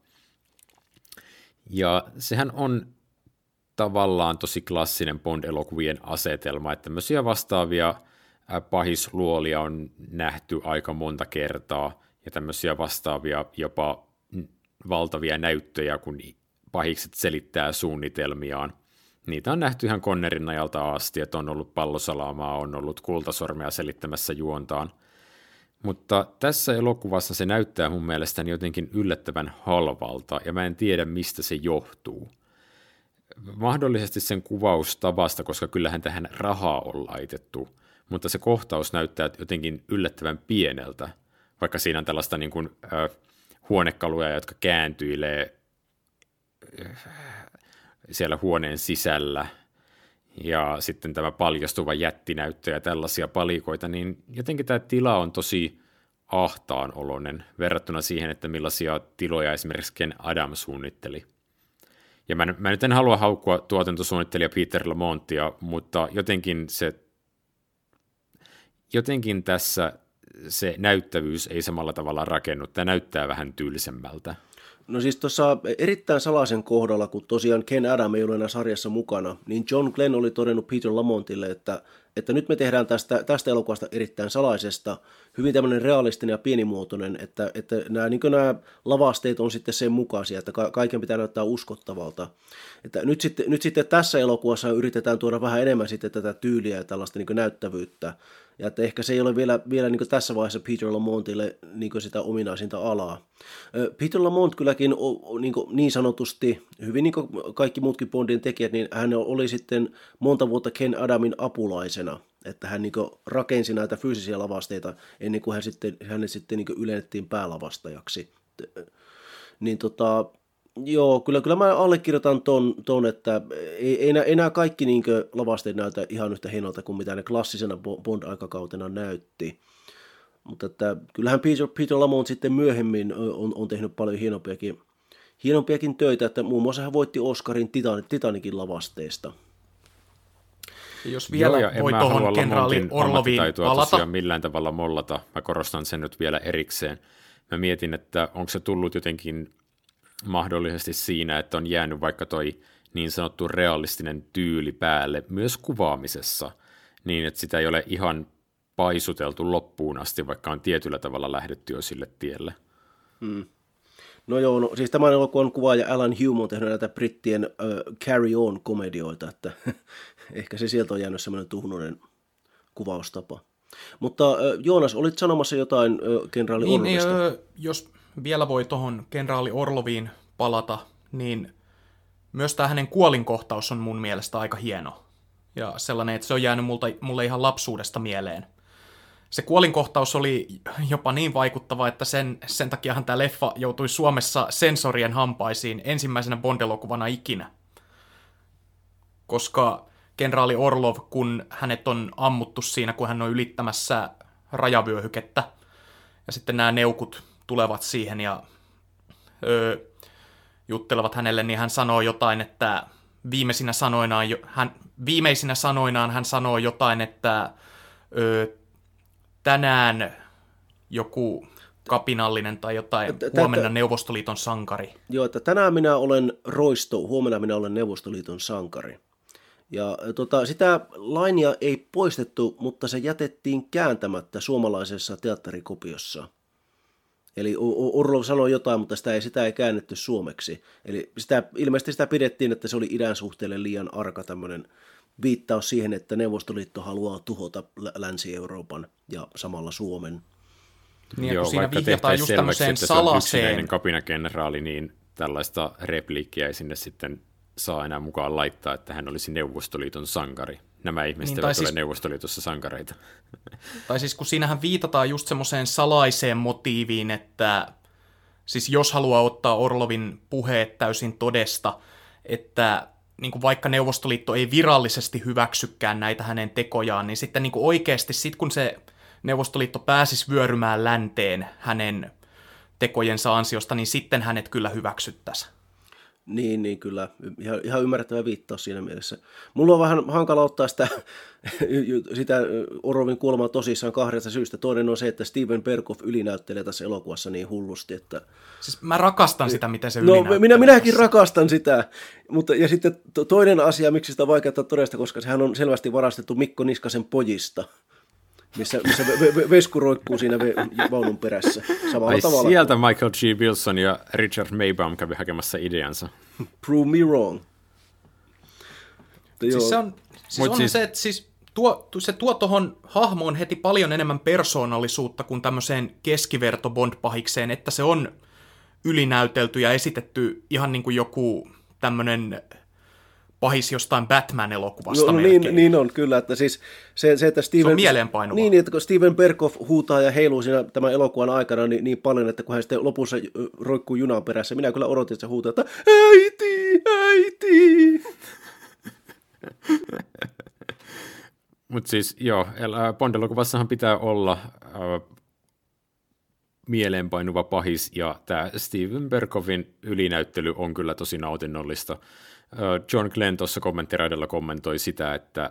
Ja sehän on tavallaan tosi klassinen Bond-elokuvien asetelma, että tämmöisiä vastaavia pahisluolia on nähty aika monta kertaa, ja tämmöisiä vastaavia jopa valtavia näyttöjä, kun pahikset selittää suunnitelmiaan. Niitä on nähty ihan Connerin ajalta asti, että on ollut Pallosalamaa, on ollut Kultasormea selittämässä juontaan. Mutta tässä elokuvassa se näyttää mun mielestäni jotenkin yllättävän halvalta, ja mä en tiedä, mistä se johtuu. Mahdollisesti sen kuvaustavasta, koska kyllähän tähän rahaa on laitettu, mutta se kohtaus näyttää jotenkin yllättävän pieneltä, vaikka siinä on tällaista niin kuin, huonekaluja, jotka kääntyilee siellä huoneen sisällä, ja sitten tämä paljastuva jättinäyttö ja tällaisia palikoita, niin jotenkin tämä tila on tosi ahtaanoloinen verrattuna siihen, että millaisia tiloja esimerkiksi Ken Adam suunnitteli. Ja mä nyt en halua haukkua tuotantosuunnittelija Peter Lamontia, mutta jotenkin tässä se näyttävyys ei samalla tavalla rakennu. Tämä näyttää vähän tylsemmältä. No siis tuossa Erittäin salaisen kohdalla, kun tosiaan Ken Adam ei ole enää sarjassa mukana, niin John Glenn oli todennut Peter Lamontille, että että nyt me tehdään tästä elokuvasta erittäin salaisesta, hyvin tämmöinen realistinen ja pienimuotoinen, että nämä lavasteet on sitten sen mukaisia, että kaiken pitää näyttää uskottavalta. Että nyt sitten tässä elokuvassa yritetään tuoda vähän enemmän sitten tätä tyyliä ja tällaista niin näyttävyyttä, ja että ehkä se ei ole vielä niin tässä vaiheessa Peter Lamontille niin sitä ominaisinta alaa. Peter Lamont kylläkin niin sanotusti, hyvin niin kuin kaikki muutkin Bondin tekijät, niin hän oli sitten monta vuotta Ken Adamin apulaisena, että hän niin rakensi näitä fyysisiä lavasteita ennen kuin hänet sitten niin ylennettiin päälavastajaksi. Niin joo, kyllä mä allekirjoitan ton että ei nämä kaikki niinkö lavasteet näytä ihan yhtä hienolta kuin mitä ne klassisena Bond-aikakautena näytti. Mutta että kyllähän Peter Lamont sitten myöhemmin on tehnyt paljon hienompiakin töitä, että muun muassa hän voitti Oscarin Titanicin lavasteesta. Jos vielä voi tuohon kenraali Orloviin palata. Tosiaan millään tavalla mollata, mä korostan sen nyt vielä erikseen. Mä mietin, että onko se tullut jotenkin mahdollisesti siinä, että on jäänyt vaikka toi niin sanottu realistinen tyyli päälle myös kuvaamisessa, niin että sitä ei ole ihan paisuteltu loppuun asti, vaikka on tietyllä tavalla lähdetty jo sille tielle. No joo, siis tämän elokuvan kuvaaja Alan Hume on tehnyt näitä brittien Carry On-komedioita, että ehkä se sieltä on jäänyt semmoinen tuhnunen kuvaustapa. Mutta Joonas, olit sanomassa jotain kenraali Orlovista? Jos vielä voi tuohon kenraali Orloviin palata, niin myös tämä hänen kuolinkohtaus on mun mielestä aika hieno. Ja sellainen, että se on jäänyt mulle ihan lapsuudesta mieleen. Se kuolinkohtaus oli jopa niin vaikuttava, että sen takiahan tämä leffa joutui Suomessa sensorien hampaisiin ensimmäisenä Bond-elokuvana ikinä. Koska kenraali Orlov, kun hänet on ammuttu siinä, kun hän on ylittämässä rajavyöhykettä, ja sitten nämä neukut tulevat siihen ja juttelevat hänelle, niin hän sanoo jotain, että viimeisinä sanoinaan hän sanoo jotain, että tänään joku kapinallinen tai jotain, huomenna Neuvostoliiton sankari. Joo, että tänään minä olen roisto, huomenna minä olen Neuvostoliiton sankari. Ja sitä lainia ei poistettu, mutta se jätettiin kääntämättä suomalaisessa teatterikopiossa. Eli Orlov sanoi jotain, mutta sitä ei käännetty suomeksi. Eli ilmeisesti sitä pidettiin, että se oli idän suhteelle liian arka tämmöinen viittaus siihen, että Neuvostoliitto haluaa tuhota Länsi-Euroopan ja samalla Suomen. Niin, joo, siinä vaikka tehtäisiin selväksi, että salaseen. se on yksinäinen kapinakenraali, niin tällaista repliikkiä ei sinne sitten saa enää mukaan laittaa, että hän olisi Neuvostoliiton sankari. Nämä ihmiset niin, eivät ole Neuvostoliitossa sankareita. Tai siis kun siinähän viitataan just semmoiseen salaiseen motiiviin, että siis jos haluaa ottaa Orlovin puheet täysin todesta, että niin kuin vaikka Neuvostoliitto ei virallisesti hyväksykään näitä hänen tekojaan, niin sitten niin kuin oikeasti, kun se Neuvostoliitto pääsisi vyörymään länteen hänen tekojensa ansiosta, niin sitten hänet kyllä hyväksyttäisiin. Niin kyllä. Ihan ymmärrettävä viittaus siinä mielessä. Mulla on vähän hankala ottaa sitä Orlovin kuolemaa tosissaan kahdesta syystä. Toinen on se, että Steven Berkoff ylinäyttelee tässä elokuvassa niin hullusti, että... Siis mä rakastan sitä, miten se ylinäyttelee. No minäkin rakastan sitä. Ja sitten toinen asia, miksi sitä on vaikea todesta, koska sehän on selvästi varastettu Mikko Niskasen pojista, missä Vesku roikkuu siinä vaunun perässä. Samalla tavalla. Sieltä Michael G. Wilson ja Richard Maybaum kävi hakemassa ideansa. Prove me wrong. Siis se on se, että siis se tuo tuohon hahmoon heti paljon enemmän persoonallisuutta kuin tämmöiseen keskiverto Bond-pahikseen, että se on ylinäytelty ja esitetty ihan niin kuin joku tämmöinen pahis jostain Batman-elokuvasta melkein. Niin on, kyllä. Että siis se, että Steven, se on mieleenpainuva. Niin, että kun Steven Berkoff huutaa ja heiluu siinä tämän elokuvan aikana niin paljon, että kun hän sitten lopussa roikkuu junan perässä, minä kyllä odotin, että se huutaa, että äiti! Mutta siis joo, Bond-elokuvassahan pitää olla mieleenpainuva pahis, ja tämä Steven Berkoffin ylinäyttely on kyllä tosi nautinnollista. John Glenn tuossa kommenttiraidalla kommentoi sitä, että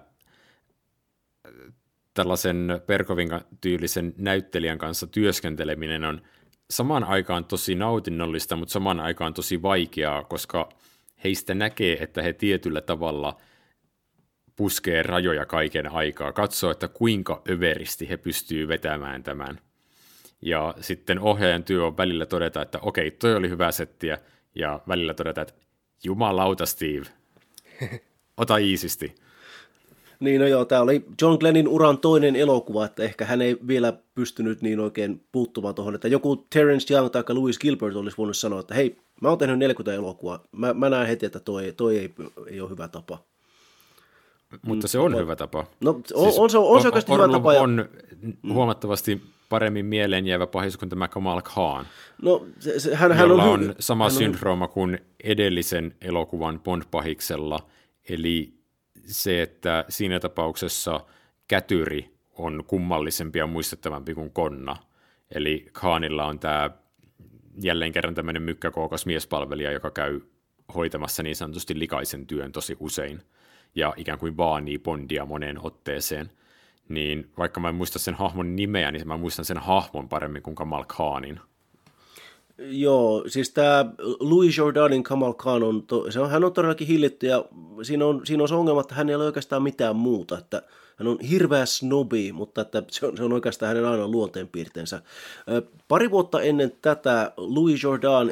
tällaisen Berkoffin tyylisen näyttelijän kanssa työskenteleminen on samaan aikaan tosi nautinnollista, mutta samaan aikaan tosi vaikeaa, koska heistä näkee, että he tietyllä tavalla puskee rajoja kaiken aikaa, katsoo, että kuinka överisti he pystyy vetämään tämän. Ja sitten ohjaajan työ on välillä todeta, että okei, toi oli hyvä settiä, ja välillä todeta, että jumalauta Steve, ota iisisti. Niin, no joo, tämä oli John Glennin uran toinen elokuva, että ehkä hän ei vielä pystynyt niin oikein puuttumaan tuohon, että joku Terence Young tai Louis Gilbert olisi voinut sanoa, että hei, mä oon tehnyt 40 elokuvaa, mä näen heti, että toi ei ole hyvä tapa. Mutta se on hyvä tapa. No on se oikeasti hyvä tapa. On huomattavasti paremmin mieleen jäävä pahis kuin tämä Kamal Khan, no, hän on sama syndrooma kuin edellisen elokuvan Bond-pahiksella, eli se, että siinä tapauksessa kätyri on kummallisempi ja muistettavampi kuin konna. Eli Khanilla on tämä jälleen kerran tämmöinen mykkäkookas miespalvelija, joka käy hoitamassa niin sanotusti likaisen työn tosi usein ja ikään kuin vaanii Bondia moneen otteeseen. Niin vaikka mä en muista sen hahmon nimeä, niin mä muistan sen hahmon paremmin kuin Kamal Khanin. Joo, siis tämä Louis Jourdanin Kamal Khan, hän on todellakin hillitty, ja siinä on se ongelma, että hän ei ole oikeastaan mitään muuta, että hän on hirveä snobi, mutta että se on oikeastaan hänen ainoa luonteenpiirteensä. Pari vuotta ennen tätä Louis Jourdan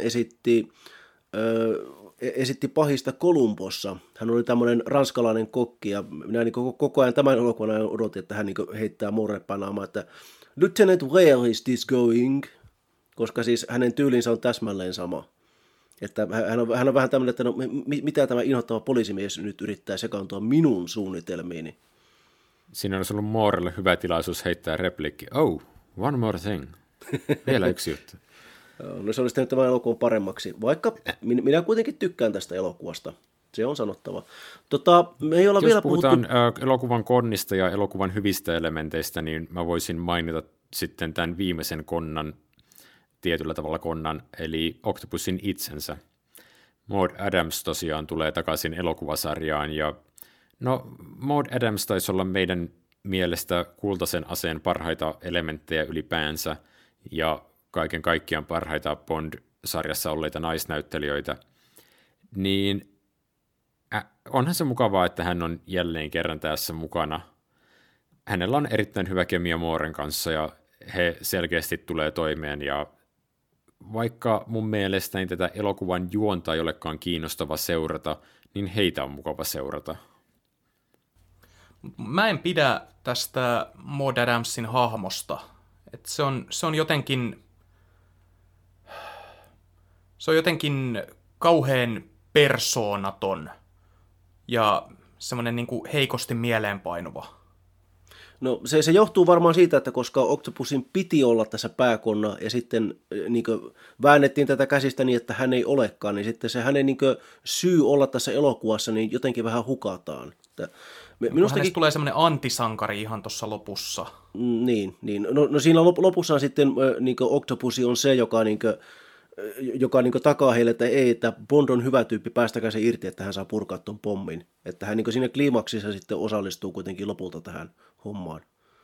esitti pahista Columbossa. Hän oli tämmöinen ranskalainen kokki, ja minä niin koko ajan tämän elokuvan ajan odotin, että hän niin heittää morrepanaamaan, että Lieutenant, where is this going? Koska siis hänen tyylinsä on täsmälleen sama. Että hän on vähän tämmöinen, että no, mitä tämä inhottava poliisimies nyt yrittää sekaantua minun suunnitelmiini. Siinä olisi ollut Moorelle hyvä tilaisuus heittää replikki. Oh, one more thing. Vielä yksi juttu. No se olisi tehnyt tämän elokuvan paremmaksi, vaikka minä kuitenkin tykkään tästä elokuvasta. Se on sanottava. Me ei olla Jos vielä puhutaan elokuvan konnista ja elokuvan hyvistä elementeistä, niin mä voisin mainita sitten tämän viimeisen konnan, tietyllä tavalla konnan, eli Octopusin itsensä. Maud Adams tosiaan tulee takaisin elokuvasarjaan, ja no Maud Adams taisi olla meidän mielestä kultaisen aseen parhaita elementtejä ylipäänsä, ja kaiken kaikkiaan parhaita Bond-sarjassa olleita naisnäyttelijöitä, niin onhan se mukavaa, että hän on jälleen kerran tässä mukana. Hänellä on erittäin hyvä kemia Mooren kanssa, ja he selkeästi tulee toimeen, ja vaikka mun mielestäni tätä elokuvan juonta ei olekaan kiinnostava seurata, niin heitä on mukava seurata. Mä en pidä tästä Maud Adamsin hahmosta. Et se on jotenkin kauhean persoonaton ja semmoinen niin kuin heikosti mieleenpainuva. No se johtuu varmaan siitä, että koska Octopusin piti olla tässä pääkonna ja sitten niin väännettiin tätä käsistä niin, että hän ei olekaan, niin sitten se hänen niin syy olla tässä elokuvassa niin jotenkin vähän hukataan. Minustakin tulee semmoinen antisankari ihan tuossa lopussa. Niin. No siinä lopussa sitten niin Octopusi on se, joka takaa heille, että ei, että Bond on hyvä tyyppi, päästäkää se irti, että hän saa purkaa ton pommin. Että hän niin siinä kliimaksissa sitten osallistuu kuitenkin lopulta tähän hommaan.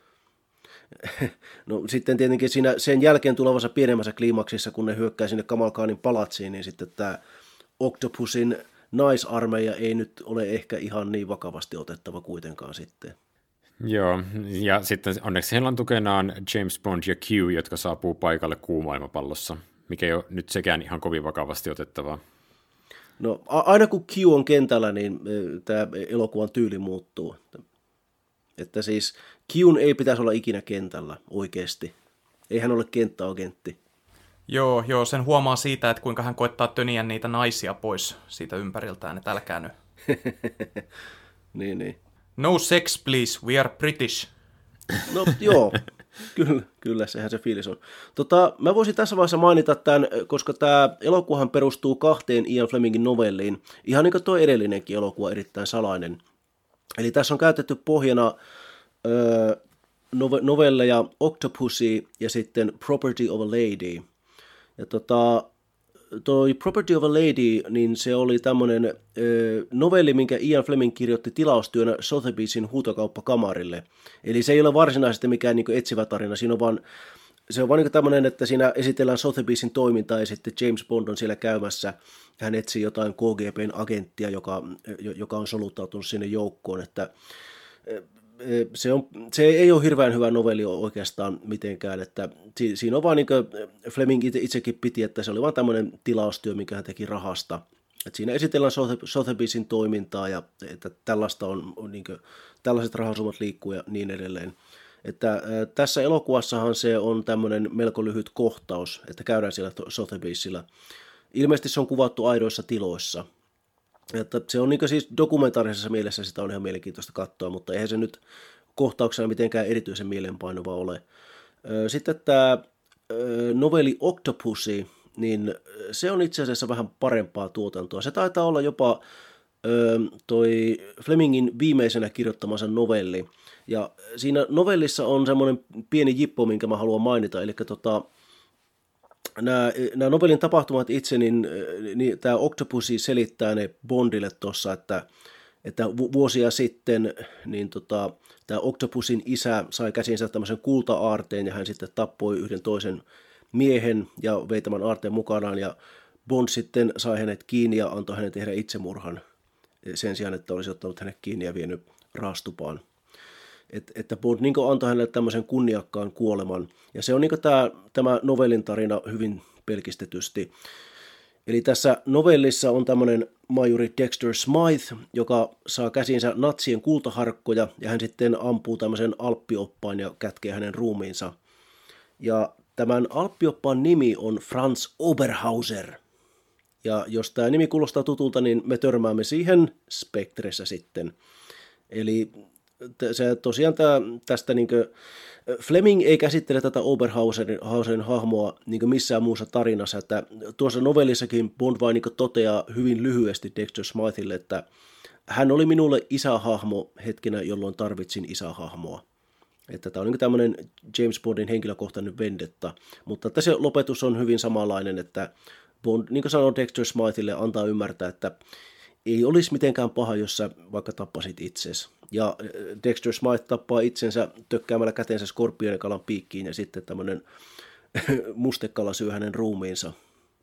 No sitten tietenkin siinä sen jälkeen tulevassa pienemmässä kliimaksissa, kun ne hyökkää sinne Kamal Khanin palatsiin, niin sitten tämä Octopusin naisarmeija ei nyt ole ehkä ihan niin vakavasti otettava kuitenkaan sitten. Joo, ja sitten onneksi heillä on tukenaan James Bond ja Q, jotka saapuu paikalle kuumailmapallossa, mikä ei ole nyt sekään ihan kovin vakavasti otettavaa. No aina kun Q on kentällä, niin tämä elokuvan tyyli muuttuu. Että siis Qn ei pitäisi olla ikinä kentällä oikeasti. Ei hän ole kenttäagentti. Joo, sen huomaa siitä, että kuinka hän koettaa töniä niitä naisia pois siitä ympäriltään, että älkää nyt. niin. No sex, please, we are British. No joo, kyllä, sehän se fiilis on. Mä voisin tässä vaiheessa mainita tämän, koska tämä elokuvahan perustuu 2 Ian Flemingin novelliin, ihan niin kuin tuo edellinenkin elokuva, erittäin salainen. Eli tässä on käytetty pohjana novelleja Octopussy ja sitten Property of a Lady. Ja toi Property of a Lady, niin se oli tämmöinen novelli, minkä Ian Fleming kirjoitti tilaustyönä Sotheby'sin huutokauppakamarille. Eli se ei ole varsinaisesti mikään niin kuin etsivä tarina, siinä on vaan Se on vaan niin tämmöinen, että siinä esitellään Sotheby'sin toimintaa ja sitten James Bond on siellä käymässä. Hän etsii jotain KGB:n agenttia, joka on soluttautunut sinne joukkoon, että se ei ole hirveän hyvä novelli oikeastaan mitenkään, että siinä on vaan niin kuin Fleming itsekin piti, että se oli vaan tämmöinen tilaustyö, minkä hän teki rahasta. Että siinä esitellään Sotheby'sin toimintaa ja että tällaista on niin kuin, tällaiset rahasummat liikkuu ja niin edelleen. Että tässä elokuvassahan se on tämmöinen melko lyhyt kohtaus, että käydään siellä Sotheby'sillä. Ilmeisesti se on kuvattu aidoissa tiloissa. Että se on niin siis dokumentaarisessa mielessä sitä on ihan mielenkiintoista katsoa, mutta eihän se nyt kohtauksena mitenkään erityisen mielenpainuva ole. Sitten tämä novelli Octopussy, niin se on itse asiassa vähän parempaa tuotantoa. Se taitaa olla jopa toi Flemingin viimeisenä kirjoittamansa novelli. Ja siinä novellissa on semmoinen pieni jippo, minkä mä haluan mainita, eli nämä novellin tapahtumat itse, niin tämä Octopussy selittää ne Bondille tuossa, että vuosia sitten niin tämä Octopussyn isä sai käsinsä tämmöisen kulta-aarteen ja hän sitten tappoi yhden toisen miehen ja vei tämän aarteen mukanaan ja Bond sitten sai hänet kiinni ja antoi hänen tehdä itsemurhan sen sijaan, että olisi ottanut hänet kiinni ja vienyt raastupaan. Että Bond niin antoi hänelle tämmöisen kunniakkaan kuoleman. Ja se on niin tämä novellin tarina hyvin pelkistetysti. Eli tässä novellissa on tämmöinen majuri Dexter Smythe, joka saa käsinsä natsien kultaharkkoja, ja hän sitten ampuu tämmöisen alppioppaan ja kätkee hänen ruumiinsa. Ja tämän alppioppaan nimi on Franz Oberhauser. Ja jos tämä nimi kuulostaa tutulta, niin me törmäämme siihen Spectressä sitten. Eli se tosiaan tästä Fleming ei käsittele tätä Oberhauserin hahmoa missään muussa tarinassa, että tuossa novellissakin Bond vain toteaa hyvin lyhyesti Dexter Smythelle, että hän oli minulle isähahmo hetkenä, jolloin tarvitsin isähahmoa. Että tämä on tämmöinen James Bondin henkilökohtainen vendetta, mutta että se lopetus on hyvin samanlainen, että Bond, niin kuin sanoo Dexter Smythelle, antaa ymmärtää, että ei olisi mitenkään paha, jos sä vaikka tappasit itsesi. Ja Dexter Smythe tappaa itsensä tökkäämällä kätensä skorpionikalan piikkiin ja sitten tämmöinen mustekala syö hänen ruumiinsa.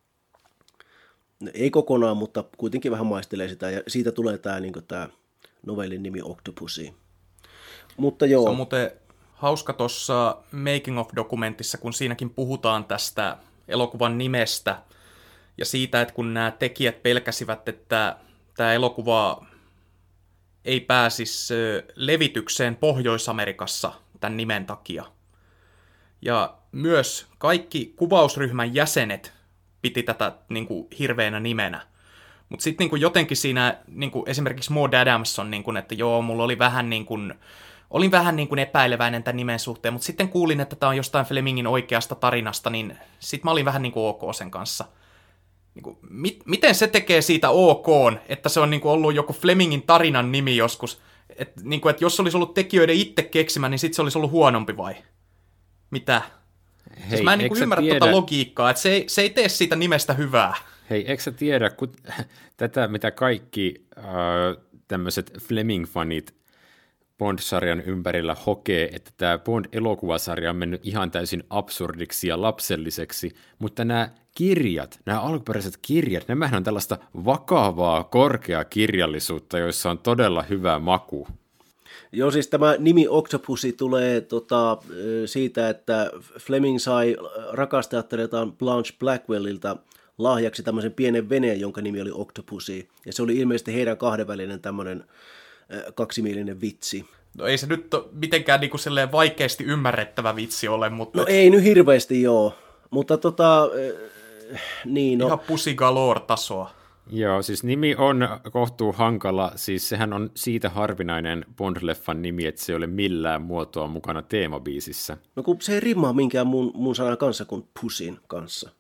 Ei kokonaan, mutta kuitenkin vähän maistelee sitä ja siitä tulee tämä novellin nimi Octopussy. Mutta joo. Se on muuten hauska tuossa Making of-dokumentissa, kun siinäkin puhutaan tästä elokuvan nimestä ja siitä, että kun nämä tekijät pelkäsivät, että tämä elokuva ei pääsisi levitykseen Pohjois-Amerikassa tämän nimen takia. Ja myös kaikki kuvausryhmän jäsenet piti tätä niin kuin hirveänä nimenä. Mutta sitten niin kuin jotenkin siinä niin kuin esimerkiksi Maud Adams on, niin kuin, että joo, mulla oli olin vähän niin kuin epäileväinen tämän nimen suhteen, mutta sitten kuulin, että tämä on jostain Flemingin oikeasta tarinasta, niin sitten mä olin vähän niin kuin ok sen kanssa. Miten se tekee siitä ok, että se on niin kuin ollut joku Flemingin tarinan nimi joskus? Että jos se olisi ollut tekijöiden itse keksimä, niin sitten se olisi ollut huonompi vai? Mitä? Hei, siis mä en niin ymmärrä tuota logiikkaa, että se ei tee siitä nimestä hyvää. Hei, eikö sä tiedä, kun tätä mitä kaikki tämmöiset Fleming-fanit Bond-sarjan ympärillä hokee, että tämä Bond-elokuvasarja on mennyt ihan täysin absurdiksi ja lapselliseksi, mutta nämä kirjat, nämä alkuperäiset kirjat, nämähän on tällaista vakavaa, korkeaa kirjallisuutta, joissa on todella hyvä maku. Joo, siis tämä nimi Octopussy tulee siitä, että Fleming sai rakastajattelijataan Blanche Blackwellilta lahjaksi tämmöisen pienen veneen, jonka nimi oli Octopussy, ja se oli ilmeisesti heidän kahdenvälinen tämmöinen kaksimielinen vitsi. No ei se nyt mitenkään niin kuin vaikeasti ymmärrettävä vitsi ole, mutta... No ei nyt hirveästi joo, mutta niin no... Ihan Pussy Galore-tasoa. Joo, siis nimi on kohtuu hankala, siis sehän on siitä harvinainen Bond-leffan nimi, että se ei ole millään muotoa mukana teemabiisissä. No kun se ei rimmaa minkään mun sanan kanssa kuin Pussyn kanssa.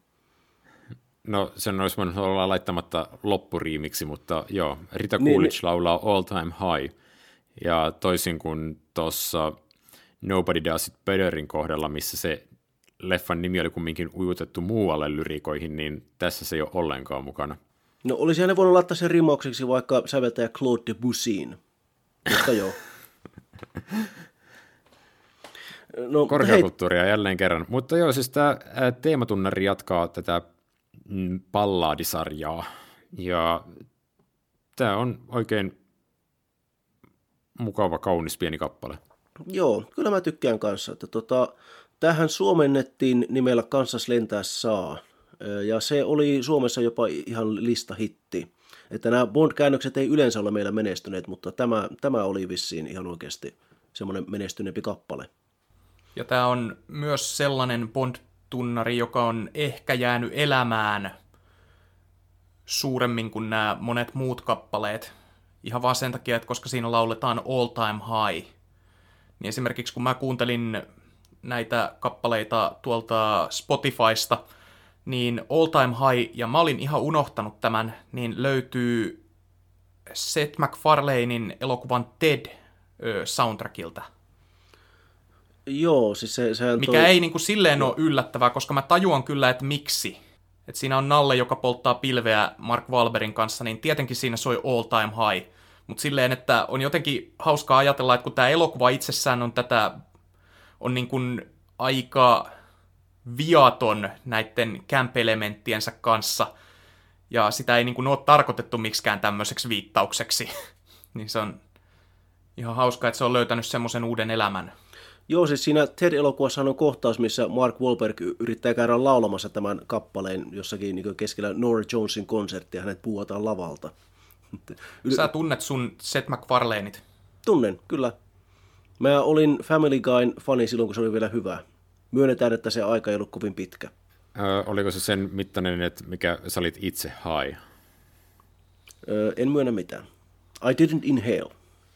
No sen olisi voinut olla laittamatta loppuriimiksi, mutta joo, Rita Coolidge laulaa All Time High, ja toisin kuin tuossa Nobody Does It Betterin kohdalla, missä se leffan nimi oli kumminkin ujutettu muualle lyriikoihin, niin tässä se ei ole ollenkaan mukana. No olisi ne voinut laittaa sen rimaukseksi vaikka säveltäjä Claude Debussyin, mutta joo. No, korkeakulttuuria jälleen kerran. Mutta joo, siis tämä teematunnari jatkaa tätä ballaadisarjaa, ja tämä on oikein mukava, kaunis pieni kappale. Joo, kyllä mä tykkään kanssa. Että tämähän suomennettiin nimellä Kansas lentää saa, ja se oli Suomessa jopa ihan listahitti. Että nämä Bond-käännökset ei yleensä ole meillä menestyneet, mutta tämä oli vissiin ihan oikeasti semmoinen menestyneempi kappale. Ja tämä on myös sellainen Bond-tunnari, joka on ehkä jäänyt elämään suuremmin kuin nämä monet muut kappaleet. Ihan vaan sen takia, että koska siinä lauletaan All Time High. Niin esimerkiksi kun mä kuuntelin näitä kappaleita tuolta Spotifysta, niin All Time High, ja mä olin ihan unohtanut tämän, niin löytyy Seth MacFarlanein elokuvan Ted soundtrackilta. Joo, siis sehän mikä ei niin kuin silleen ole yllättävää, koska mä tajuan kyllä, että miksi. Että siinä on Nalle, joka polttaa pilveä Mark Wahlbergin kanssa, niin tietenkin siinä soi All Time High. Mutta silleen, että on jotenkin hauskaa ajatella, että kun tämä elokuva itsessään on niin kuin aika viaton näiden camp-elementtiensä kanssa, ja sitä ei niin kuin ole tarkoitettu miksikään tämmöiseksi viittaukseksi, niin se on ihan hauskaa, että se on löytänyt semmoisen uuden elämän. Joo, siis siinä Ted-elokuvassa on kohtaus, missä Mark Wahlberg yrittää käydä laulamassa tämän kappaleen jossakin niin keskellä Norah Jonesin konserttia, hänet puuataan lavalta. Sä tunnet sun Seth MacFarlaneit? Tunnen, kyllä. Mä olin Family Guyn fani silloin, kun se oli vielä hyvä. Myönnetään, että se aika ei ollut kovin pitkä. Oliko se sen mittainen, että mikä sä olit itse high? En myönnä mitään. I didn't inhale.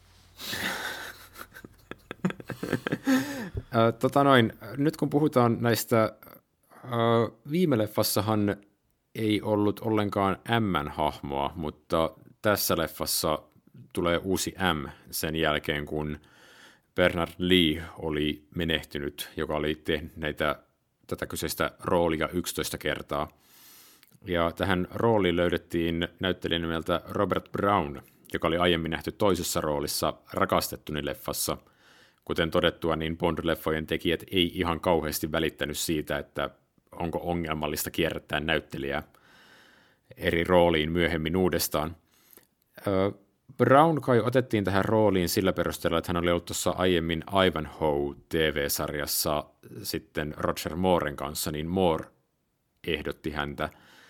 Nyt kun puhutaan näistä, viime leffassahan ei ollut ollenkaan M-hahmoa, mutta tässä leffassa tulee uusi M sen jälkeen, kun Bernard Lee oli menehtynyt, joka oli tehnyt tätä kyseistä roolia 11 kertaa. Ja tähän rooliin löydettiin näyttelijä nimeltä Robert Brown, joka oli aiemmin nähty toisessa roolissa Rakastettuni-leffassa. Kuten todettua, niin Bond-leffojen tekijät ei ihan kauheasti välittänyt siitä, että onko ongelmallista kierrättää näyttelijää eri rooliin myöhemmin uudestaan. Brown kai otettiin tähän rooliin sillä perusteella, että hän oli ollut tuossa aiemmin Ivanhoe TV-sarjassa sitten Roger Mooren kanssa, niin Moore ehdotti häntä.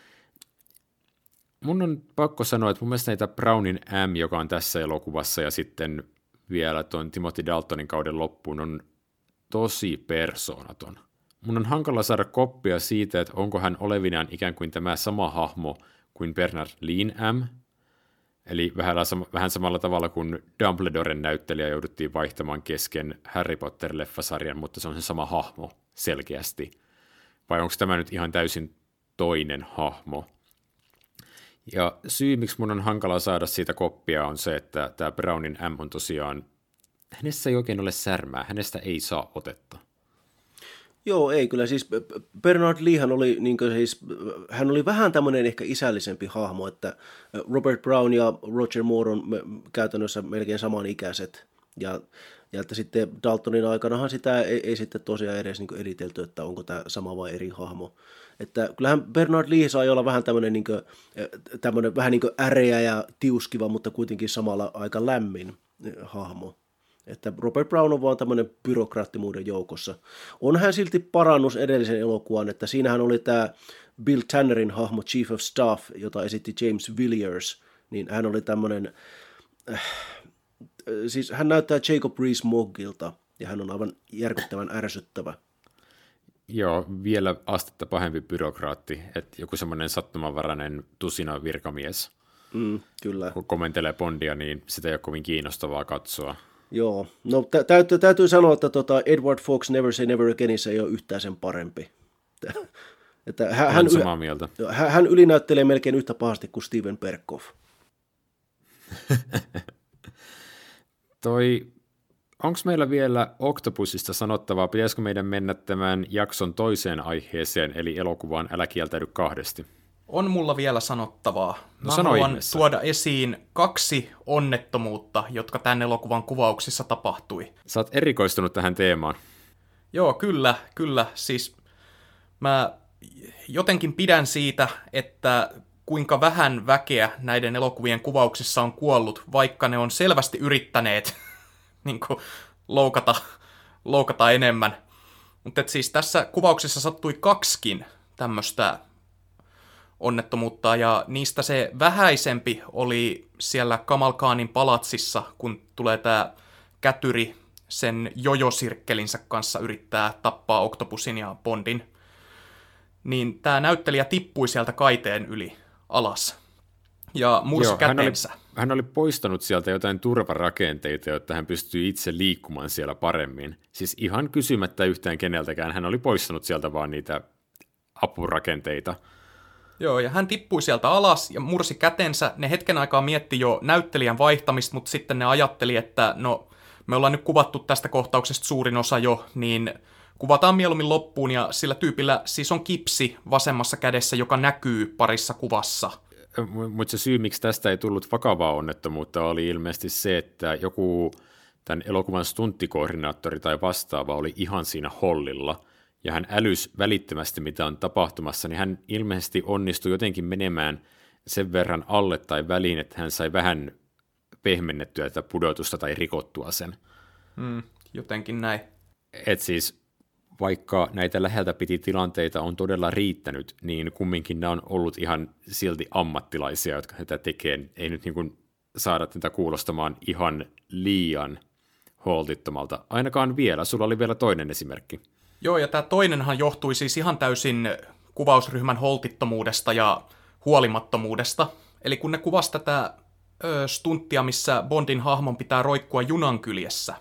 Mun on pakko sanoa, että mun mielestä näitä Brownin M, joka on tässä elokuvassa, ja sitten vielä tuon Timothy Daltonin kauden loppuun, on tosi persoonaton. Mun on hankala saada koppia siitä, että onko hän olevinaan ikään kuin tämä sama hahmo kuin Bernard Leen M, eli vähän samalla tavalla kuin Dumbledoren näyttelijä jouduttiin vaihtamaan kesken Harry Potter-leffasarjan, mutta se on se sama hahmo selkeästi. Vai onko tämä nyt ihan täysin toinen hahmo? Ja syy, miksi mun on hankala saada siitä koppia, on se, että tämä Brownin M on tosiaan, hänessä ei oikein ole särmää, hänestä ei saa otetta. Joo, ei kyllä. Siis Bernard Leehan oli, hän oli vähän tämmöinen ehkä isällisempi hahmo, että Robert Brown ja Roger Moore on käytännössä melkein samanikäiset. Ja että sitten Daltonin aikanahan sitä ei sitten tosiaan edes niin eritelty, että onko tämä sama vai eri hahmo. Että kyllähän Bernard Lee sai olla vähän tämmöinen vähän niin kuin äreä ja tiuskiva, mutta kuitenkin samalla aika lämmin hahmo. Että Robert Brown on vaan tämmöinen byrokraattimuuden joukossa. On hän silti parannus edellisen elokuvan, että siinähän oli tämä Bill Tannerin hahmo Chief of Staff, jota esitti James Villiers, niin hän oli tämmöinen, siis hän näyttää Jacob Rees-Moggilta, ja hän on aivan järkyttävän ärsyttävä. Joo, vielä astetta pahempi byrokraatti, että joku semmoinen sattumanvarainen tusina virkamies, kyllä. Kun komentelee Bondia, niin sitä ei ole kovin kiinnostavaa katsoa. Joo, no täytyy sanoa, että Edward Fox Never Say Never Againissa ei ole yhtään sen parempi. Että hän samaa mieltä. Hän ylinäyttelee melkein yhtä pahasti kuin Steven Berkoff. Onko meillä vielä Octopusista sanottavaa? Pitäisikö meidän mennä tämän jakson toiseen aiheeseen, eli elokuvaan Älä kieltäydy kahdesti? On mulla vielä sanottavaa. Mä haluan ihmeessä tuoda esiin 2 onnettomuutta, jotka tämän elokuvan kuvauksissa tapahtui. Sä oot erikoistunut tähän teemaan. Joo, kyllä. Siis mä jotenkin pidän siitä, että kuinka vähän väkeä näiden elokuvien kuvauksissa on kuollut, vaikka ne on selvästi yrittäneet niin kuin, loukata enemmän. Mutta siis tässä kuvauksessa sattui 2 tämmöistä onnettomuutta, ja niistä se vähäisempi oli siellä Kamal Khanin palatsissa, kun tulee tämä kätyri sen jojosirkkelinsä kanssa yrittää tappaa Octopusin ja Bondin. Niin tämä näyttelijä tippui sieltä kaiteen yli alas ja mursi kätensä. Hän oli poistanut sieltä jotain turvarakenteita, jotta hän pystyy itse liikkumaan siellä paremmin. Siis ihan kysymättä yhtään keneltäkään, hän oli poistanut sieltä vaan niitä apurakenteita. Joo, ja hän tippui sieltä alas ja mursi kätensä. Ne hetken aikaa mietti jo näyttelijän vaihtamista, mutta sitten ne ajatteli, että no, me ollaan nyt kuvattu tästä kohtauksesta suurin osa jo, niin kuvataan mieluummin loppuun, ja sillä tyypillä siis on kipsi vasemmassa kädessä, joka näkyy parissa kuvassa. Mutta se syy, miksi tästä ei tullut vakavaa onnettomuutta, oli ilmeisesti se, että joku tämän elokuvan stunttikoordinaattori tai vastaava oli ihan siinä hollilla, ja hän älysi välittömästi, mitä on tapahtumassa, niin hän ilmeisesti onnistui jotenkin menemään sen verran alle tai väliin, että hän sai vähän pehmennettyä tätä pudotusta tai rikottua sen. Jotenkin näin. Et siis vaikka näitä läheltä piti tilanteita on todella riittänyt, niin kumminkin nämä on ollut ihan silti ammattilaisia, jotka tätä tekee. Ei nyt niin kuin saada tätä kuulostamaan ihan liian holtittomalta. Ainakaan vielä. Sulla oli vielä toinen esimerkki. Joo, ja tämä toinenhan johtui siis ihan täysin kuvausryhmän holtittomuudesta ja huolimattomuudesta. Eli kun ne kuvasi tätä stunttia, missä Bondin hahmon pitää roikkua junan kyljessä,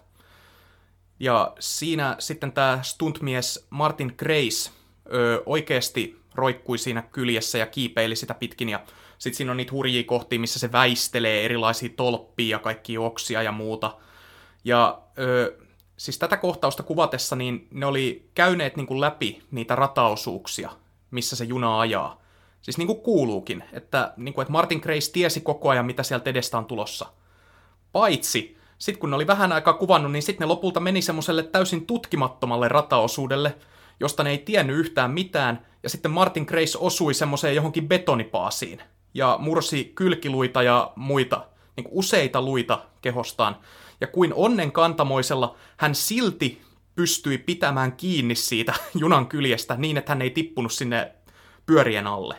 ja siinä sitten tämä stuntmies Martin Grace oikeasti roikkui siinä kyljessä ja kiipeili sitä pitkin, ja sitten siinä on niitä hurjia kohtia, missä se väistelee erilaisia tolppia ja kaikkia oksia ja muuta. Ja siis tätä kohtausta kuvatessa, niin ne oli käyneet niin kuin läpi niitä rataosuuksia, missä se juna ajaa. Siis niin kuin kuuluukin, että Martin Grace tiesi koko ajan, mitä sieltä edestä on tulossa. Paitsi sitten kun ne oli vähän aikaa kuvannut, niin sitten ne lopulta meni semmoiselle täysin tutkimattomalle rataosuudelle, josta ne ei tiennyt yhtään mitään, ja sitten Martin Grace osui semmoiseen johonkin betonipaasiin, ja mursi kylkiluita ja muita, niin kuin useita luita kehostaan. Ja kuin onnen kantamoisella hän silti pystyi pitämään kiinni siitä junan kyljestä niin, että hän ei tippunut sinne pyörien alle.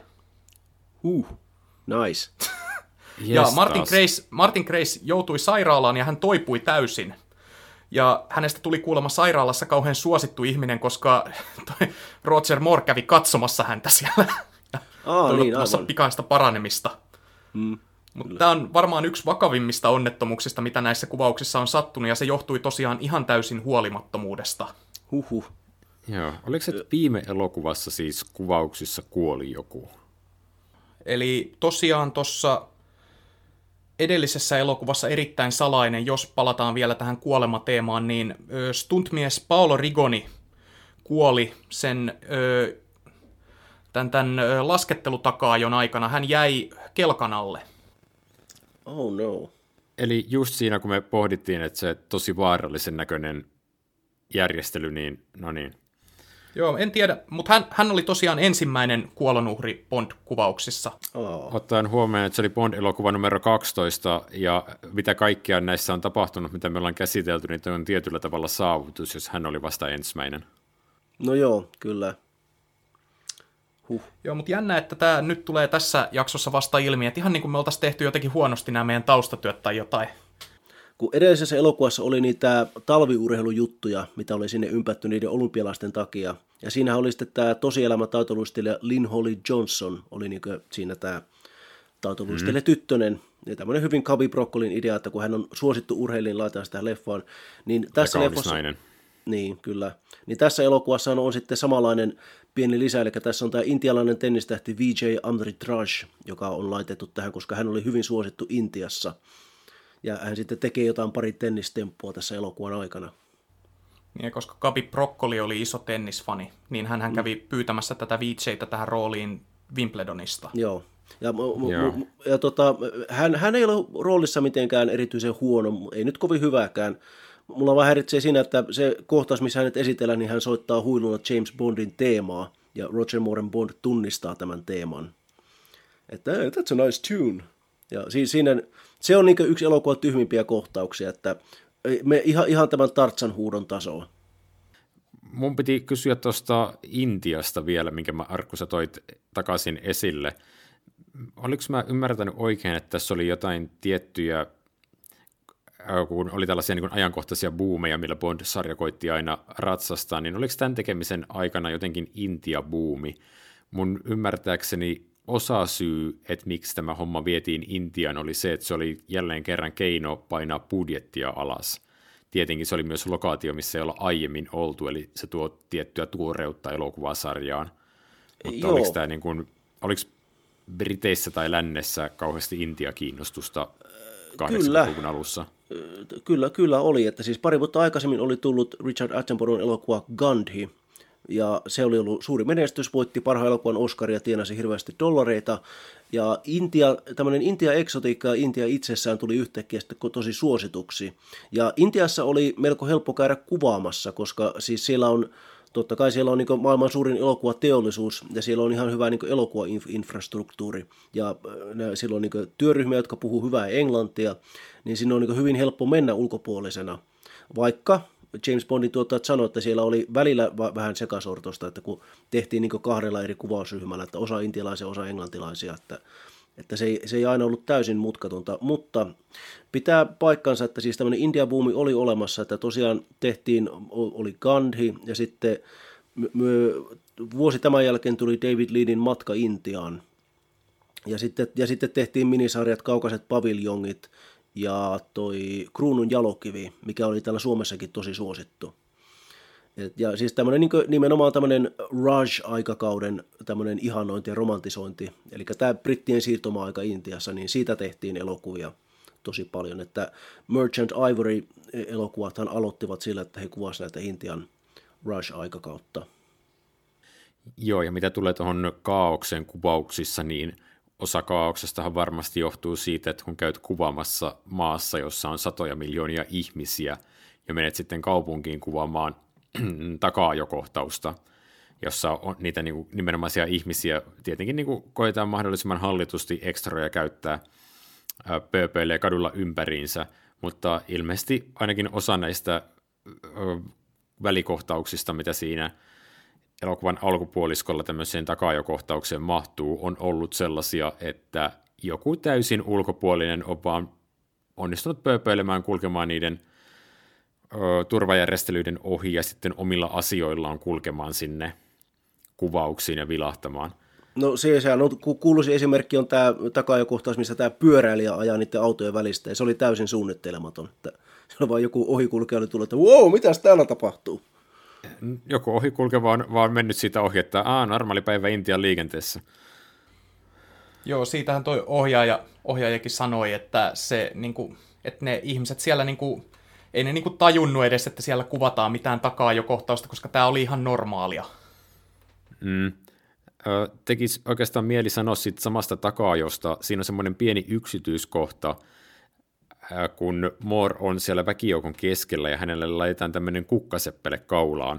Nice. Ja Martin Grace joutui sairaalaan ja hän toipui täysin. Ja hänestä tuli kuulemma sairaalassa kauhean suosittu ihminen, koska Roger Moore kävi katsomassa häntä siellä. Toivottamassa pikaista paranemista. Mutta tämä on varmaan yksi vakavimmista onnettomuuksista, mitä näissä kuvauksissa on sattunut, ja se johtui tosiaan ihan täysin huolimattomuudesta. Joo. Oliko se viime elokuvassa siis kuvauksissa kuoli joku? Eli tosiaan tuossa edellisessä elokuvassa erittäin salainen, jos palataan vielä tähän kuolemateemaan, niin stuntmies Paolo Rigoni kuoli sen tämän laskettelutakaajon aikana. Hän jäi kelkan alle. Oh no. Eli just siinä, kun me pohdittiin, että se tosi vaarallisen näköinen järjestely, niin no niin. Joo, en tiedä, mutta hän oli tosiaan ensimmäinen kuolonuhri Bond-kuvauksissa. Ottaen huomioon, että se oli Bond-elokuva numero 12, ja mitä kaikkea näissä on tapahtunut, mitä me ollaan käsitelty, niin on tietyllä tavalla saavutus, jos hän oli vasta ensimmäinen. No joo, kyllä. Joo, mutta jännä, että tämä nyt tulee tässä jaksossa vasta ilmi, että ihan niin kuin me oltaisiin tehty jotenkin huonosti nämä meidän taustatyöt tai jotain. Kun edellisessä elokuvassa oli niitä talviurheilujuttuja, mitä oli sinne ympätty niiden olympialaisten takia, ja siinähän oli sitten tämä tosielämä taitoluistelija Lynn Holly Johnson, oli niin siinä tämä taitoluistelija tyttönen, ja tämmöinen hyvin Kavi Broccolin idea, että kun hän on suosittu urheilija, niin laitetaan sitä leffaan. Niin tässä leffassa, niin, kyllä. Niin tässä elokuvassa on sitten samanlainen pieni lisä, eli tässä on tämä intialainen tennistähti Vijay Amritraj, joka on laitettu tähän, koska hän oli hyvin suosittu Intiassa. Ja hän sitten tekee jotain pari tennistemppua tässä elokuvan aikana. Niin, koska Gabi Broccoli oli iso tennisfani, niin hän kävi pyytämässä tätä Vijaytä tähän rooliin Wimbledonista. Joo. Hän ei ole roolissa mitenkään erityisen huono, ei nyt kovin hyväkään, mulla vähän häiritsee siinä, että se kohtaus, missä hänet esitellään, niin hän soittaa huiluna James Bondin teemaa, ja Roger Mooren Bond tunnistaa tämän teeman. Että that's a nice tune. Ja siinä, se on niin yksi elokuvan tyhmimpiä kohtauksia, että me ihan tämän Tarzan huudon tasoa. Mun piti kysyä tuosta Intiasta vielä, minkä Arkku sä toit takaisin esille. Oliko mä ymmärtänyt oikein, että tässä oli jotain tiettyjä, kun oli tällaisia niin kuin ajankohtaisia boomeja, millä Bond-sarja koitti aina ratsastaa, niin oliko tämän tekemisen aikana jotenkin Intia-buumi? Mun ymmärtääkseni osasyy, että miksi tämä homma vietiin Intiaan, oli se, että se oli jälleen kerran keino painaa budjettia alas. Tietenkin se oli myös lokaatio, missä ei olla aiemmin oltu, eli se tuo tiettyä tuoreutta elokuvasarjaan. Mutta oliko tämä niin kuin, oliko Briteissä tai lännessä kauheasti Intia-kiinnostusta 80-luvun alussa? Kyllä oli, että siis pari vuotta aikaisemmin oli tullut Richard Attenboroughn elokuva Gandhi, ja se oli ollut suuri menestys, voitti parhaan elokuvan Oscaria, tienasi hirveästi dollareita, ja tämmöinen Intia-eksotiikka ja Intia itsessään tuli yhtäkkiä sitten tosi suosituksi. Ja Intiassa oli melko helppo käydä kuvaamassa, koska siis siellä on, totta kai siellä on niin maailman suurin elokuvateollisuus, ja siellä on ihan hyvä niin elokuvainfrastruktuuri, ja siellä on niin työryhmiä, jotka puhuu hyvää englantia, niin sinne on niin hyvin helppo mennä ulkopuolisena, vaikka James Bondin tuottajat sanoivat, että siellä oli välillä vähän sekasortosta, että kun tehtiin niin kahdella eri kuvausryhmällä, että osa intialaisia, osa englantilaisia, että se ei aina ollut täysin mutkatonta, mutta pitää paikkansa, että siis tämmöinen India-buumi oli olemassa, että tosiaan oli Gandhi, ja sitten vuosi tämän jälkeen tuli David Leanin Matka Intiaan, ja sitten tehtiin minisarjat Kaukaiset paviljongit, ja toi Kruunun jalokivi, mikä oli täällä Suomessakin tosi suosittu. Ja siis tämmöinen nimenomaan tämmöinen Raj-aikakauden tämmöinen ihannointi ja romantisointi, eli tämä brittien siirtomaa-aika Intiassa, niin siitä tehtiin elokuvia tosi paljon, että Merchant Ivory-elokuvathan aloittivat sillä, että he kuvasivat näitä Intian Raj-aikakautta. Joo, ja mitä tulee tuohon kaaoksen kuvauksissa, niin osa kaauksestahan varmasti johtuu siitä, että kun käyt kuvaamassa maassa, jossa on satoja miljoonia ihmisiä, ja menet sitten kaupunkiin kuvaamaan taka-ajokohtausta, jossa on niitä nimenomaisia ihmisiä, tietenkin koetaan mahdollisimman hallitusti ekstroja käyttää pööpöilee kadulla ympäriinsä, mutta ilmeisesti ainakin osa näistä välikohtauksista, mitä siinä elokuvan alkupuoliskolla tämmöiseen taka-ajokohtaukseen mahtuu, on ollut sellaisia, että joku täysin ulkopuolinen on vaan onnistunut pööpöilemään, kulkemaan niiden turvajärjestelyiden ohi ja sitten omilla asioillaan kulkemaan sinne kuvauksiin ja vilahtamaan. No sehän on, kuuluisin esimerkki on tämä taka-ajokohtaus, missä tämä pyöräilijä ajaa niiden autojen välistä, ja se oli täysin suunnittelematon. Että se oli vaan joku ohikulkija oli tullut, että wow, mitäs täällä tapahtuu? Joku ohikulkeva on vaan mennyt siitä ohi, että normaali päivä Intian liikenteessä. Joo, siitähän toi ohjaajakin sanoi, että että ne ihmiset siellä ei ne tajunnut edes, että siellä kuvataan mitään taka-ajokohtausta, koska tämä oli ihan normaalia. Tekisi oikeastaan mieli sanoa siitä samasta taka-ajosta. Siinä on semmoinen pieni yksityiskohta, kun Moore on siellä väkijoukon keskellä ja hänelle laitetaan tämmöinen kukkaseppele kaulaan.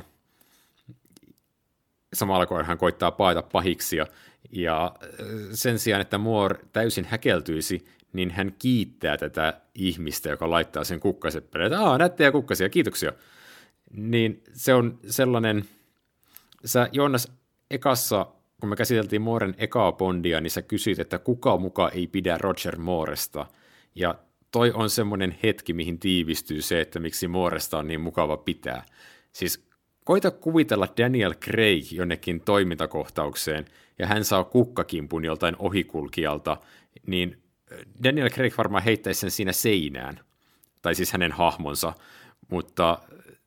Samalla kun hän koittaa paeta pahiksia. Ja sen sijaan, että Moore täysin häkeltyisi, niin hän kiittää tätä ihmistä, joka laittaa sen kukkaseppeleen. Että nättejä kukkasia, kiitoksia. Niin se on sellainen, sä Joonas ekassa, kun me käsiteltiin Mooren ekaa Bondia, niin sä kysyit, että kuka muka ei pidä Roger Mooresta. Ja toi on semmoinen hetki, mihin tiivistyy se, että miksi Mooresta on niin mukava pitää. Siis koita kuvitella Daniel Craig jonnekin toimintakohtaukseen, ja hän saa kukkakimpun joltain ohikulkijalta, niin Daniel Craig varmaan heittäisi sen siinä seinään, tai siis hänen hahmonsa, mutta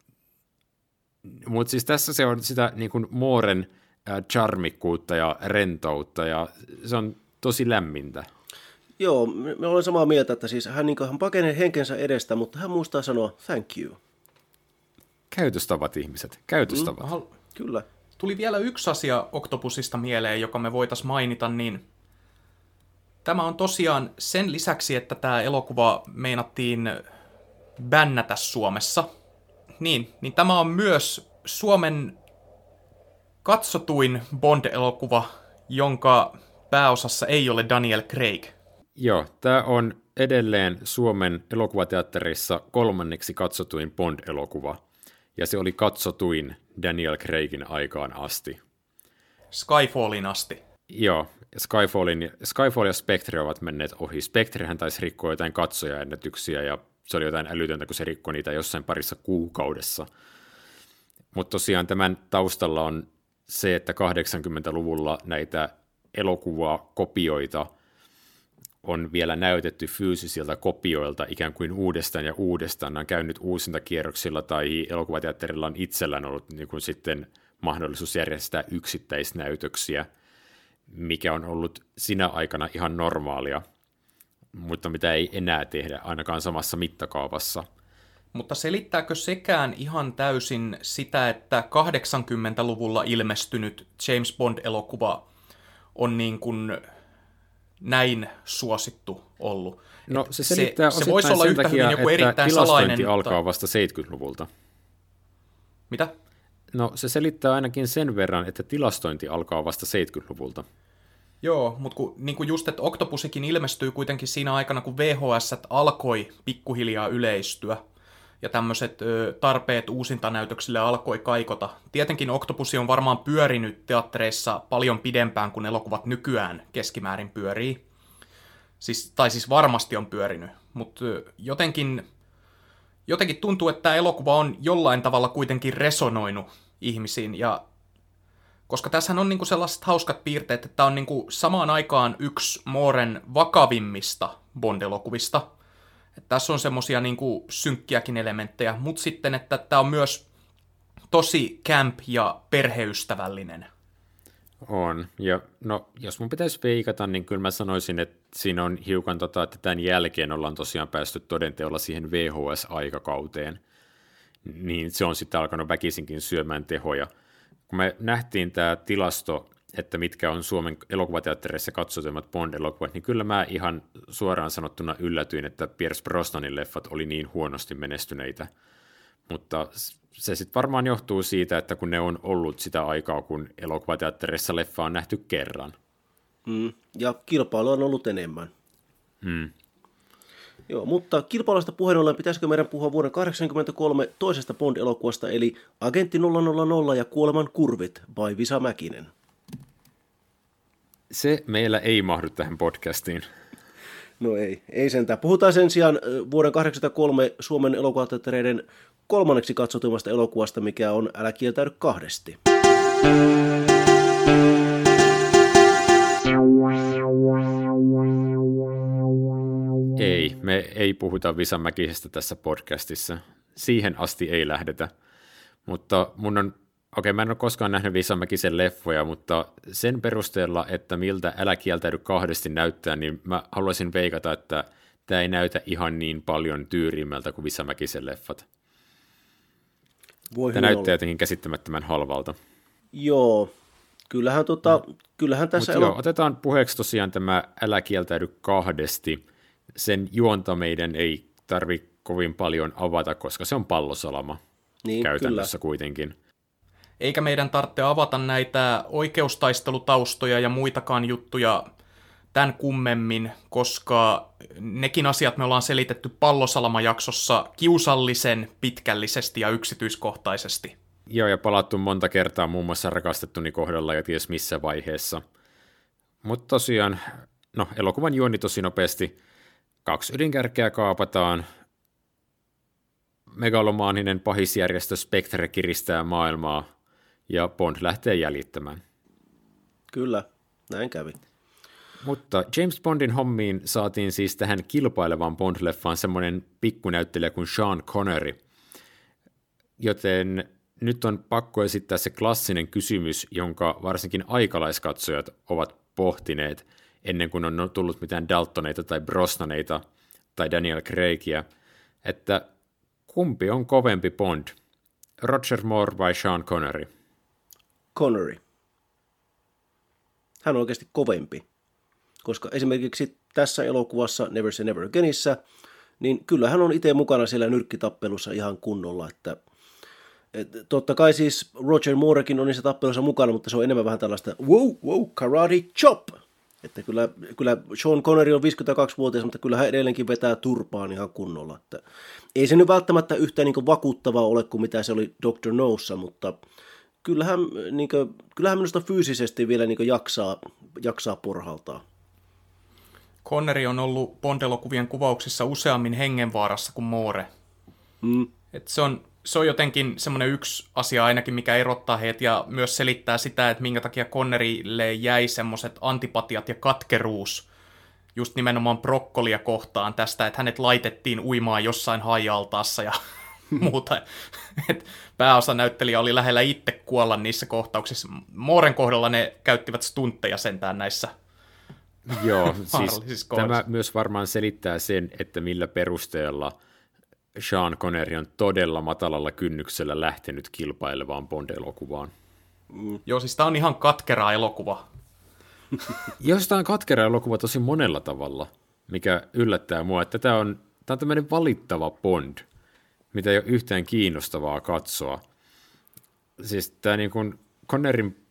siis tässä se on sitä niin kuin Mooren charmikkuutta ja rentoutta, ja se on tosi lämmintä. Joo, me olen samaa mieltä, että siis hän pakenee henkensä edestä, mutta hän muistaa sanoa thank you. Käytöstavat ihmiset, käytöstavat. Kyllä. Tuli vielä yksi asia Octopusista mieleen, joka me voitaisiin mainita, niin tämä on tosiaan sen lisäksi, että tämä elokuva meinattiin bännätä Suomessa. Niin tämä on myös Suomen katsotuin Bond-elokuva, jonka pääosassa ei ole Daniel Craig. Joo, tämä on edelleen Suomen elokuvateatterissa 3. katsotuin Bond-elokuva, ja se oli katsotuin Daniel Craigin aikaan asti. Skyfallin asti. Joo, Skyfall ja Spectre ovat menneet ohi. Spectrehän taisi rikkoa jotain katsojaennätyksiä, ja se oli jotain älytöntä, kun se rikkoi niitä jossain parissa kuukaudessa. Mutta tosiaan tämän taustalla on se, että 80-luvulla näitä elokuvakopioita on vielä näytetty fyysisiltä kopioilta ikään kuin uudestaan ja uudestaan. Ne on käynyt uusintakierroksilla tai elokuvateatterilla on itsellään ollut niin kuin sitten mahdollisuus järjestää yksittäisnäytöksiä, mikä on ollut sinä aikana ihan normaalia, mutta mitä ei enää tehdä ainakaan samassa mittakaavassa. Mutta selittääkö sekään ihan täysin sitä, että 80-luvulla ilmestynyt James Bond-elokuva on niin kuin näin suosittu ollut? No se selittää se voisi olla sen yhtä takia, hyvin joku että erittäin tilastointi salainen, alkaa vasta 70-luvulta. Mitä? No se selittää ainakin sen verran, että tilastointi alkaa vasta 70-luvulta. Joo, mutta niin kuin just, että Octopusikin ilmestyy kuitenkin siinä aikana, kun VHS alkoi pikkuhiljaa yleistyä, ja tämmöiset tarpeet uusintanäytöksille alkoi kaikota. Tietenkin Octopusi on varmaan pyörinyt teattereissa paljon pidempään kuin elokuvat nykyään keskimäärin pyörii. Siis varmasti on pyörinyt, mutta jotenkin tuntuu, että tämä elokuva on jollain tavalla kuitenkin resonoinut ihmisiin, ja koska tässähän on niinku sellaiset hauskat piirteet, että tämä on niinku samaan aikaan yksi Mooren vakavimmista Bond-elokuvista. Että tässä on semmosia niinku synkkiäkin elementtejä, mutta sitten, että tämä on myös tosi camp ja perheystävällinen. On, ja no jos mun pitäisi veikata, niin kyllä mä sanoisin, että siinä on hiukan että tämän jälkeen ollaan tosiaan päästy todenteolla siihen VHS-aikakauteen, niin se on sitten alkanut väkisinkin syömään tehoja. Kun me nähtiin tämä tilasto, että mitkä on Suomen elokuvateattereissa katsotummat Bond-elokuvat, niin kyllä mä ihan suoraan sanottuna yllätyin, että Pierce Brosnanin leffat oli niin huonosti menestyneitä. Mutta se sitten varmaan johtuu siitä, että kun ne on ollut sitä aikaa, kun elokuvateattereissa leffa on nähty kerran. Ja kilpailu on ollut enemmän. Joo, mutta kilpailusta puheen ollen, pitäisikö meidän puhua vuoden 1983 toisesta Bond-elokuvasta, eli Agentti 000 ja Kuoleman kurvit by Visa Mäkinen? Se meillä ei mahdu tähän podcastiin. No ei sentään. Puhutaan sen sijaan vuoden 1983 Suomen elokuvateattereiden 3. katsotuimmasta elokuvasta, mikä on Älä kieltäydy kahdesti. Me ei puhuta Visa Mäkisestä tässä podcastissa. Siihen asti ei lähdetä. Mutta mä en ole koskaan nähnyt Visa Mäkisen leffoja, mutta sen perusteella, että miltä Älä kieltäydy kahdesti näyttää, niin mä haluaisin veikata, että tämä ei näytä ihan niin paljon tyyrimmältä kuin Visa Mäkisen leffat. Tämä näyttää jotenkin käsittämättömän halvalta. Joo, kyllähän tässä... Otetaan puheeksi tosiaan tämä Älä kieltäydy kahdesti. Sen juonta meidän ei tarvitse kovin paljon avata, koska se on pallosalama käytännössä kuitenkin. Eikä meidän tarvitse avata näitä oikeustaistelutaustoja ja muitakaan juttuja tämän kummemmin, koska nekin asiat me ollaan selitetty Pallosalama-jaksossa kiusallisen pitkällisesti ja yksityiskohtaisesti. Joo, ja palattu monta kertaa muun muassa Rakastettuni kohdalla ja ties missä vaiheessa. Mutta tosiaan, elokuvan juoni tosi nopeasti. 2 ydinkärkeä kaapataan. Megalomaaninen pahisjärjestö Spectre kiristää maailmaa ja Bond lähtee jäljittämään. Kyllä, näin kävi. Mutta James Bondin hommiin saatiin siis tähän kilpailevaan Bond-leffaan semmoinen pikkunäyttelijä kuin Sean Connery. Joten nyt on pakko esittää se klassinen kysymys, jonka varsinkin aikalaiskatsojat ovat pohtineet ennen kuin on tullut mitään Daltoneita tai Brosnaneita tai Daniel Craigia, että kumpi on kovempi Bond? Roger Moore vai Sean Connery? Connery. Hän on oikeasti kovempi, koska esimerkiksi tässä elokuvassa Never Say Never Againissa niin kyllä hän on itse mukana siellä nyrkkitappelussa ihan kunnolla, että totta kai siis Roger Moorekin on niissä tappeluissa mukana, mutta se on enemmän vähän tällaista wow, karate chop. Että kyllä Sean Connery on 52-vuotias, mutta kyllä hän edelleenkin vetää turpaan ihan kunnolla. Että ei se nyt välttämättä yhtään niin vakuuttavaa ole kuin mitä se oli Dr. Nossa, mutta kyllähän minusta fyysisesti vielä niin jaksaa porhaltaa. Connery on ollut Bond-elokuvien kuvauksissa useammin hengenvaarassa kuin Moore. Et se on jotenkin semmoinen yksi asia ainakin, mikä erottaa heitä ja myös selittää sitä, että minkä takia Connerylle jäi semmoiset antipatiat ja katkeruus just nimenomaan brokkolia kohtaan tästä, että hänet laitettiin uimaan jossain haialtaassa ja muuta. Et pääosanäyttelijä oli lähellä itse kuolla niissä kohtauksissa. Mooren kohdalla ne käyttivät stuntteja sentään näissä. Joo, siis tämä myös varmaan selittää sen, että millä perusteella Sean Connery on todella matalalla kynnyksellä lähtenyt kilpailevaan Bond-elokuvaan. Joo, siis tämä on ihan katkera elokuva. Jos tämä on katkera elokuva tosi monella tavalla, mikä yllättää mua, että tämä on tämmöinen valittava Bond, mitä ei ole yhtään kiinnostavaa katsoa. Siis tämä niin kuin Conneryn,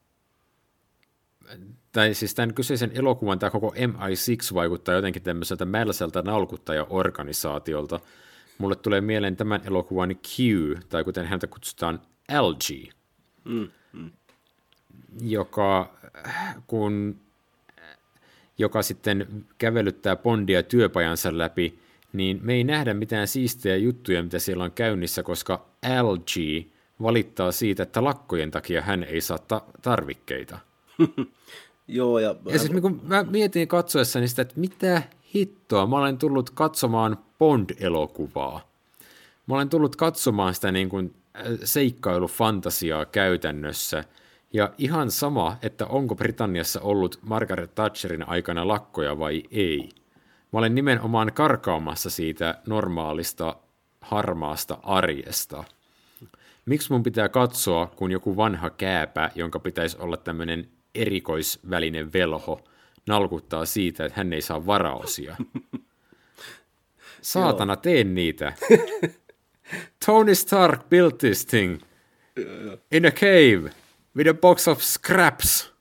tai siis tämän kyseisen elokuvan tämä koko MI6 vaikuttaa jotenkin tämmöiseltä mälsältä nalkuttaja-organisaatiolta. Mulle tulee mieleen tämän elokuvan Q, tai kuten häntä kutsutaan LG, joka sitten kävelyttää Bondia työpajansa läpi, niin me ei nähdä mitään siistejä juttuja, mitä siellä on käynnissä, koska LG valittaa siitä, että lakkojen takia hän ei saa tarvikkeita. Joo, ja siis kun mä mietin katsoessani sitä, että mitä hittoa, mä olen tullut katsomaan Bond-elokuvaa. Mä olen tullut katsomaan sitä niin kuin seikkailufantasiaa käytännössä, ja ihan sama, että onko Britanniassa ollut Margaret Thatcherin aikana lakkoja vai ei. Mä olen nimenomaan karkaamassa siitä normaalista, harmaasta arjesta. Miksi mun pitää katsoa, kun joku vanha kääpä, jonka pitäisi olla tämmöinen erikoisvälinen velho, nalkuttaa siitä, että hän ei saa varaosia? Saatana, teen niitä. Tony Stark built this thing in a cave with a box of scraps.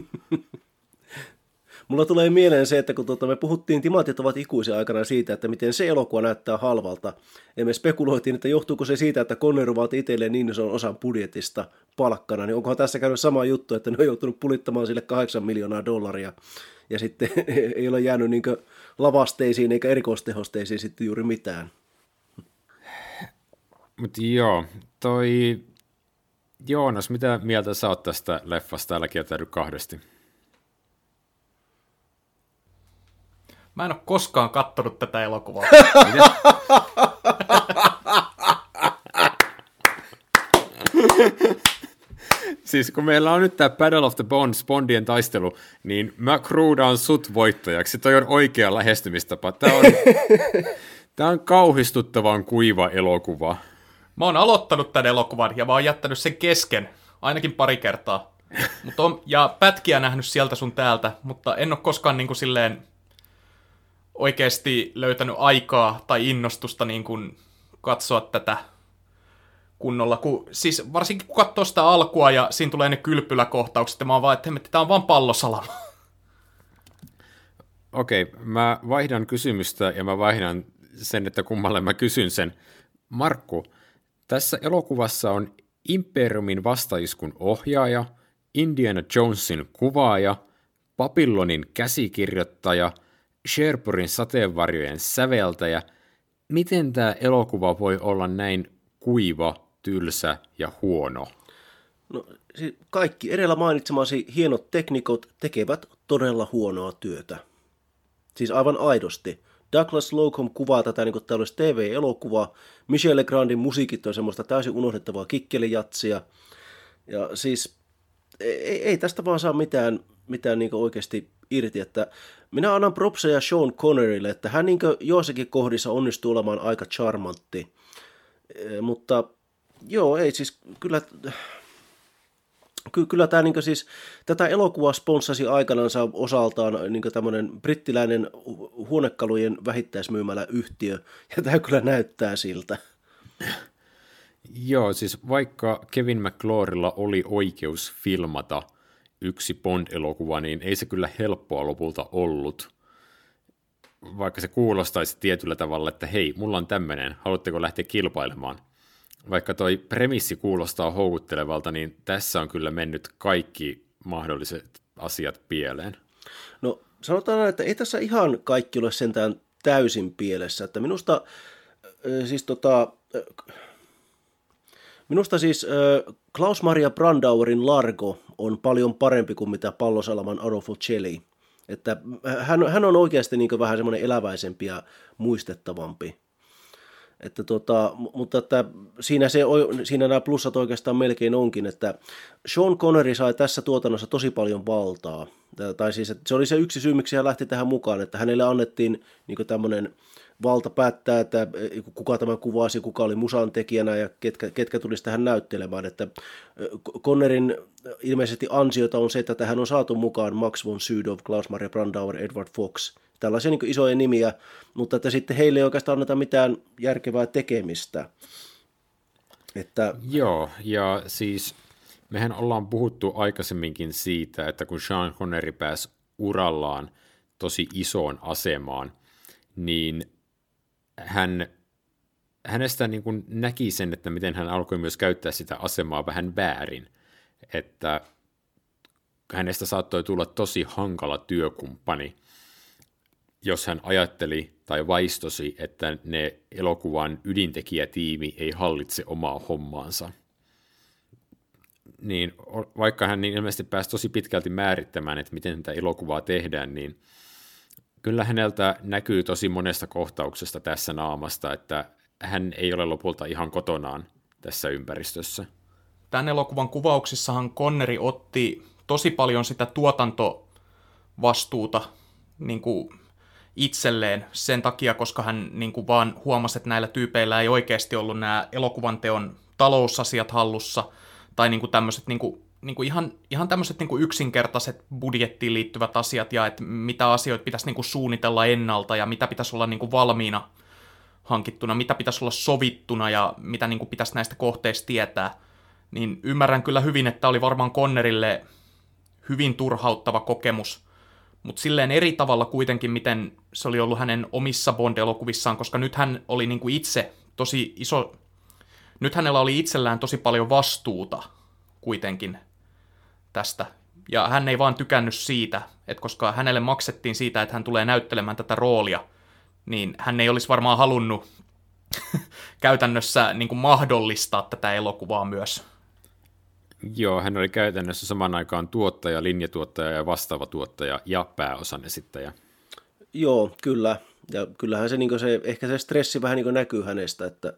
Mulla tulee mieleen se, että kun me puhuttiin Timantit ovat ikuisia aikana siitä, että miten se elokuva näyttää halvalta, ja me spekuloitiin, että johtuuko se siitä, että Connery vaati itselleen niin ison osan budjetista palkkana, niin onkohan tässä käynyt sama juttu, että ne on joutunut pulittamaan sille $8 miljoonaa, ja sitten ei ole jäänyt niin lavasteisiin eikä erikoistehosteisiin sitten juuri mitään. Mutta joo, Joonas, mitä mieltä sä oot tästä leffasta? Täällä kieltäydy kahdesti. Mä en ole koskaan kattonut tätä elokuvaa. Siis kun meillä on nyt tämä Battle of the Bonds, Bondien taistelu, niin mä kruudaan sut voittajaksi. Toi on oikea lähestymistapa. Tää on kauhistuttavan kuiva elokuva. Mä oon aloittanut tämän elokuvan ja mä oon jättänyt sen kesken, ainakin pari kertaa. Ja pätkiä nähnyt sieltä sun täältä, mutta en ole koskaan niin kuin silleen oikeasti löytänyt aikaa tai innostusta niin kuin katsoa tätä kunnolla. Siis varsinkin kun katsoo sitä alkua ja siinä tulee ne kylpyläkohtaukset, ja mä oon vaan, että tämä on vaan pallosalama. Okei, mä vaihdan kysymystä ja mä vaihdan sen, että kummalle mä kysyn sen. Markku, tässä elokuvassa on Imperiumin vastaiskun ohjaaja, Indiana Jonesin kuvaaja, Babylonin käsikirjoittaja, Sherpurin sateenvarjojen säveltäjä. Miten tämä elokuva voi olla näin kuiva, tylsä ja huono? No, siis kaikki edellä mainitsemasi hienot teknikot tekevät todella huonoa työtä. Siis aivan aidosti. Douglas Slocum kuvaa tätä niin kuin tämä olisi TV-elokuva. Michel Legrandin musiikit on semmoista täysin unohdettavaa kikkelijatsia. Ja siis ei tästä vaan saa mitään niin kuin oikeasti irti. Että minä annan propseja Sean Connerylle, että hän niin kuin joissakin kohdissa onnistuu olemaan aika charmantti. Mutta joo, ei siis kyllä Kyllä tämä niin siis, tätä elokuvaa sponssasi aikanaan osaltaan niin tämmöinen brittiläinen huonekalujen vähittäismyymäläyhtiö, ja tämä kyllä näyttää siltä. Joo, siis vaikka Kevin McClurella oli oikeus filmata yksi Bond-elokuva, niin ei se kyllä helppoa lopulta ollut. Vaikka se kuulostaisi tietyllä tavalla, että hei, mulla on tämmöinen, haluatteko lähteä kilpailemaan? Vaikka toi premissi kuulostaa houkuttelevalta, niin tässä on kyllä mennyt kaikki mahdolliset asiat pieleen. No sanotaan, että ei tässä ihan kaikki ole sentään täysin pielessä. Että minusta siis Klaus Maria Brandauerin Largo on paljon parempi kuin mitä Pallosalaman Adolfo Celli. Että hän on oikeasti niin vähän semmoinen eläväisempi ja muistettavampi. Että mutta että siinä nämä plussat oikeastaan melkein onkin, että Sean Connery sai tässä tuotannossa tosi paljon valtaa. Tai siis, että se oli se yksi syy, miksi hän lähti tähän mukaan, että hänelle annettiin niin tämmöinen valta päättää, että kuka tämän kuvasi, kuka oli musan tekijänä ja ketkä tulisi tähän näyttelemään. Että Connerin ilmeisesti ansiota on se, että tähän on saatu mukaan Max von Sydow, Klaus Maria Brandauer, Edward Fox, tällaisia niin isoja nimiä, mutta että sitten heille ei oikeastaan anneta mitään järkevää tekemistä. Joo, ja siis mehän ollaan puhuttu aikaisemminkin siitä, että kun Sean Connery pääsi urallaan tosi isoon asemaan, niin hänestä niin kuin näki sen, että miten hän alkoi myös käyttää sitä asemaa vähän väärin, että hänestä saattoi tulla tosi hankala työkumppani, jos hän ajatteli tai vaistosi, että ne elokuvan ydintekijätiimi ei hallitse omaa hommaansa. Niin vaikka hän niin ilmeisesti pääsi tosi pitkälti määrittämään, että miten tätä elokuvaa tehdään, niin kyllä häneltä näkyy tosi monesta kohtauksesta tässä naamasta, että hän ei ole lopulta ihan kotonaan tässä ympäristössä. Tämän elokuvan kuvauksissahan Connery otti tosi paljon sitä tuotantovastuuta niin kuin itselleen sen takia, koska hän niin kuin vaan huomasi, että näillä tyypeillä ei oikeasti ollut nämä elokuvan teon talousasiat hallussa, tai niin kuin tämmöiset niin kuin ihan tämmöiset niin kuin yksinkertaiset budjettiin liittyvät asiat, ja että mitä asioita pitäisi niin kuin suunnitella ennalta, ja mitä pitäisi olla niin kuin valmiina hankittuna, mitä pitäisi olla sovittuna, ja mitä niin kuin pitäisi näistä kohteista tietää. Niin ymmärrän kyllä hyvin, että oli varmaan Connerylle hyvin turhauttava kokemus, mutta silleen eri tavalla kuitenkin, miten se oli ollut hänen omissa Bond-elokuvissaan, koska nyt hän oli niin kuin itse tosi iso, nyt hänellä oli itsellään tosi paljon vastuuta kuitenkin tästä. Ja hän ei vaan tykännyt siitä, että koska hänelle maksettiin siitä, että hän tulee näyttelemään tätä roolia, niin hän ei olisi varmaan halunnut käytännössä niin kuin mahdollistaa tätä elokuvaa myös. Joo, hän oli käytännössä saman aikaan tuottaja, linjatuottaja ja vastaava tuottaja ja pääosan esittäjä. Joo, kyllä. Ja kyllähän ehkä se stressi vähän niin näkyy hänestä, että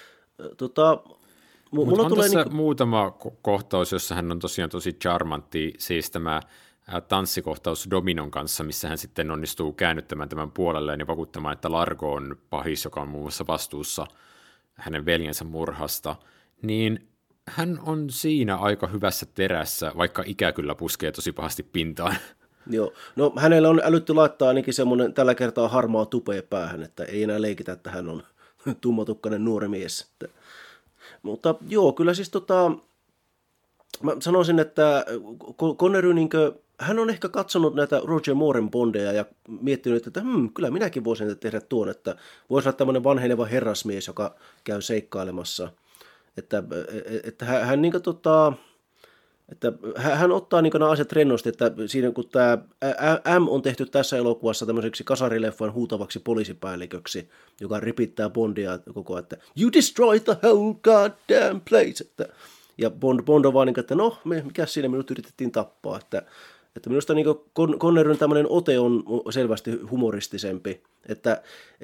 mulla on tässä muutama kohtaus, jossa hän on tosiaan tosi charmantti, siis tämä tanssikohtaus Dominon kanssa, missä hän sitten onnistuu käännyttämään tämän puolelleen ja vakuuttamaan, että Largo on pahis, joka on muun muassa vastuussa hänen veljensä murhasta, niin hän on siinä aika hyvässä terässä, vaikka ikä kyllä puskee tosi pahasti pintaan. Joo, no hänellä on älytty laittaa ainakin semmoinen tällä kertaa harmaa tupea päähän, että ei enää leikitä, että hän on tummatukkainen nuori mies. Mutta joo, kyllä siis mä sanoisin, että Connery hän on ehkä katsonut näitä Roger Mooren Bondeja ja miettinyt, että kyllä minäkin voisin tehdä tuon, että voisi olla tämmöinen vanheneva herrasmies, joka käy seikkailemassa. Että hän että hän ottaa nämä asiat rennosti, että siinä kun tämä M on tehty tässä elokuvassa tämmöiseksi kasarileffan huutavaksi poliisipäälliköksi, joka ripittää Bondia koko ajan, että you destroy the whole goddamn place. Ja Bond on vaan että no, mikä siinä minut yritettiin tappaa. Että minusta Conneryn tämmöinen ote on selvästi humoristisempi. Että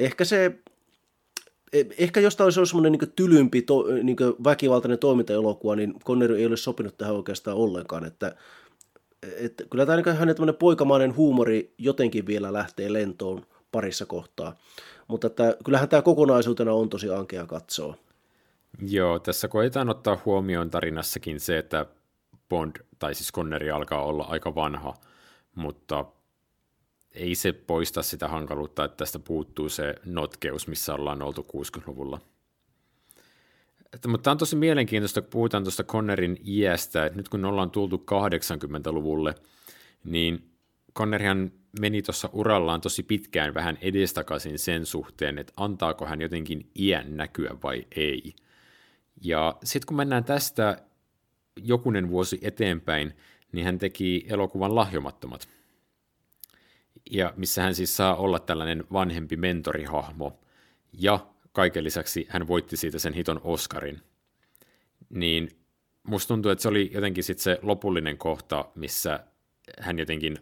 ehkä jos tämä olisi ollut semmoinen tylympi, väkivaltainen toimintaelokuva, niin Connery ei olisi sopinut tähän oikeastaan ollenkaan. Että kyllä tämä hänen tämmöinen poikamainen huumori jotenkin vielä lähtee lentoon parissa kohtaa. Mutta kyllähän tämä kokonaisuutena on tosi ankea katsoa. Joo, tässä koetaan ottaa huomioon tarinassakin se, että Bond, tai siis Connery alkaa olla aika vanha, mutta ei se poista sitä hankaluutta, että tästä puuttuu se notkeus, missä ollaan oltu 60-luvulla. Mutta tämä on tosi mielenkiintoista, kun puhutaan tuosta Connerin iästä, että nyt kun ollaan tultu 80-luvulle, niin Conneryhan meni tuossa urallaan tosi pitkään vähän edestakaisin sen suhteen, että antaako hän jotenkin iän näkyä vai ei. Ja sitten kun mennään tästä jokunen vuosi eteenpäin, niin hän teki elokuvan Lahjomattomat, ja missä hän siis saa olla tällainen vanhempi mentorihahmo, ja kaiken lisäksi hän voitti siitä sen hiton Oscarin. Niin musta tuntuu, että se oli jotenkin sitten se lopullinen kohta, missä hän jotenkin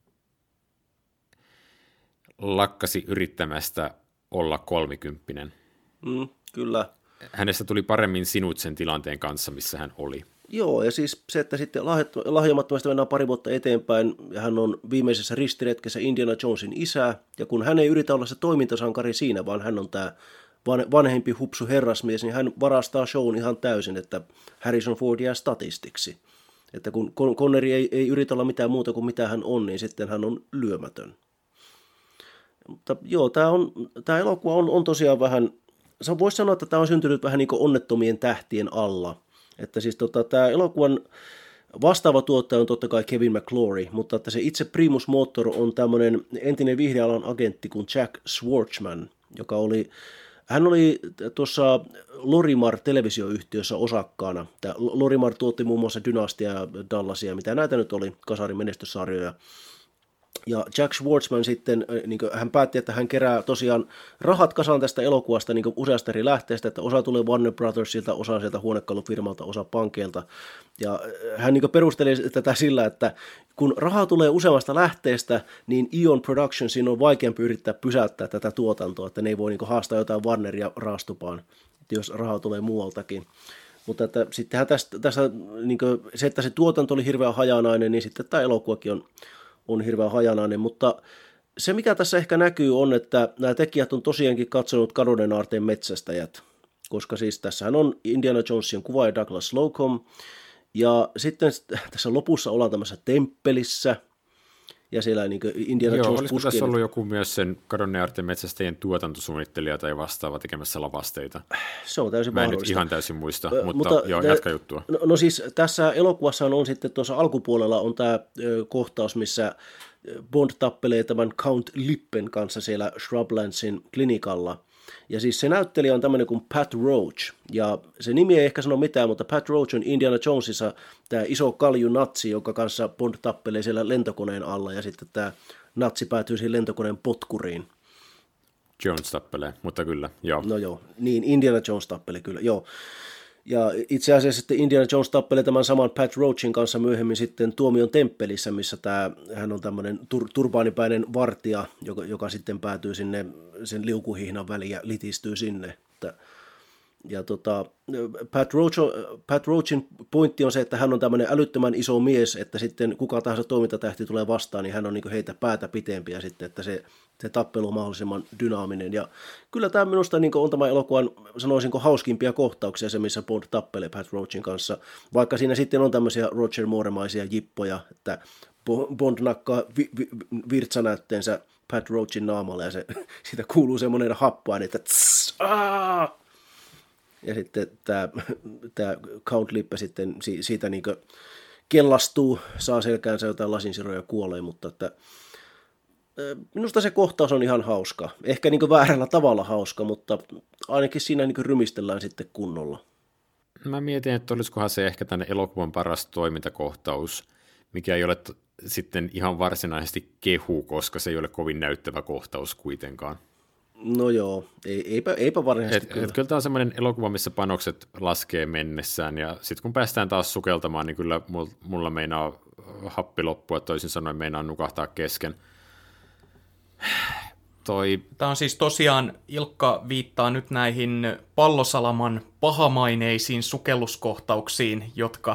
lakkasi yrittämästä olla 30. Kyllä. Hänestä tuli paremmin sinut sen tilanteen kanssa, missä hän oli. Joo, ja siis se, että sitten Lahjomattomasta mennään pari vuotta eteenpäin, ja hän on viimeisessä ristiretkessä Indiana Jonesin isä, ja kun hän ei yritä olla se toimintasankari siinä, vaan hän on tämä vanhempi hupsu herrasmies, niin hän varastaa shown ihan täysin, että Harrison Ford jää statistiksi. Että kun Connery ei yritä olla mitään muuta kuin mitä hän on, niin sitten hän on lyömätön. Mutta joo, tämä elokuva on tosiaan vähän, voisi sanoa, että tämä on syntynyt vähän niin kuin onnettomien tähtien alla. Että siis tämä elokuvan vastaava tuottaja on totta kai Kevin McClory, mutta että se itse primus motor on tämmöinen entinen vihreäalan agentti kuin Jack Schwartzman, hän oli tuossa Lorimar-televisioyhtiössä osakkaana. Tämä Lorimar tuotti muun muassa Dynastia ja Dallasia, mitä näitä nyt oli, kasarin menestyssarjoja. Ja Jack Schwartzman sitten, niin hän päätti, että hän kerää tosiaan rahat kasaan tästä elokuvasta niin useasta eri lähteestä, että osa tulee Warner Brothersilta, osa sieltä huonekalufirmalta, osa pankeilta. Ja hän niin perusteli tätä sillä, että kun rahaa tulee useammasta lähteestä, niin Eon Productionsin on vaikeampi yrittää pysäyttää tätä tuotantoa, että ne ei voi niin haastaa jotain Warneria raastupaan, jos rahaa tulee muualtakin. Mutta että sittenhän tässä niin se, että se tuotanto oli hirveän hajanainen, niin sitten tämä elokuvakin on hirveän hajanainen, mutta se mikä tässä ehkä näkyy on, että nämä tekijät on tosiaankin katsonut Kadonneen aarteen metsästäjät, koska siis tässähän on Indiana Jonesin kuvaaja Douglas Slocum, ja sitten tässä lopussa ollaan tämmöisessä temppelissä, ja siellä niin Indiana Jones olisiko tässä ollut joku myös sen Kadonneen aarteen metsästäjien tuotantosuunnittelija tai vastaava tekemässä lavasteita? Se on täysin mahdollista. Mä en nyt ihan täysin muista, mutta joo, jatka juttua. No siis tässä elokuvassa on sitten tuossa alkupuolella on tämä kohtaus, missä Bond tappelee tämän Count Lippen kanssa siellä Shrublandsin klinikalla. Ja siis se näyttelijä on tämmöinen kuin Pat Roach, ja se nimi ei ehkä sano mitään, mutta Pat Roach on Indiana Jonesissa tämä iso kalju natsi, jonka kanssa Bond tappelee siellä lentokoneen alla, ja sitten tämä natsi päätyy siihen lentokoneen potkuriin. Jones tappelee, mutta kyllä, joo. No joo, niin Indiana Jones tappelee kyllä, joo. Ja itse asiassa sitten Indiana Jones tappelee tämän saman Pat Roachin kanssa myöhemmin sitten Tuomion temppelissä, missä hän on tämmöinen turbaanipäinen vartija, joka sitten päätyy sinne sen liukuhihnan väliin ja litistyy sinne. Ja Pat Roachin pointti on se, että hän on tämmöinen älyttömän iso mies, että sitten kuka tahansa toimintatähti tulee vastaan, niin hän on niin kuin heitä päätä pitempiä sitten, että se tappelu on mahdollisimman dynaaminen. Ja kyllä tämä minusta niin on tämä elokuvan, sanoisinko, hauskimpia kohtauksia, se missä Bond tappelee Pat Roachin kanssa, vaikka siinä sitten on tämmöisiä Roger Moore-maisia jippoja, että Bond nakkaa virtsanäytteensä Pat Roachin naamalle ja siitä kuuluu semmoinen happaani, että tss, aah! Ja sitten tämä Count Lippe sitten siitä niin kellastuu, saa selkäänsä jotain lasinsiroja ja kuolee, mutta että minusta se kohtaus on ihan hauska. Ehkä niin väärällä tavalla hauska, mutta ainakin siinä niin rymistellään sitten kunnolla. Mä mietin, että olisikohan se ehkä tänne elokuvan paras toimintakohtaus, mikä ei ole sitten ihan varsinaisesti kehu, koska se ei ole kovin näyttävä kohtaus kuitenkaan. No joo, eipä varsinaisesti kyllä. Kyllä tämä on semmoinen elokuva, missä panokset laskee mennessään, ja sitten kun päästään taas sukeltamaan, niin kyllä mulla meinaa happi loppua, toisin sanoen meinaa nukahtaa kesken. Tämä on siis tosiaan, Ilkka viittaa nyt näihin Pallosalaman pahamaineisiin sukelluskohtauksiin,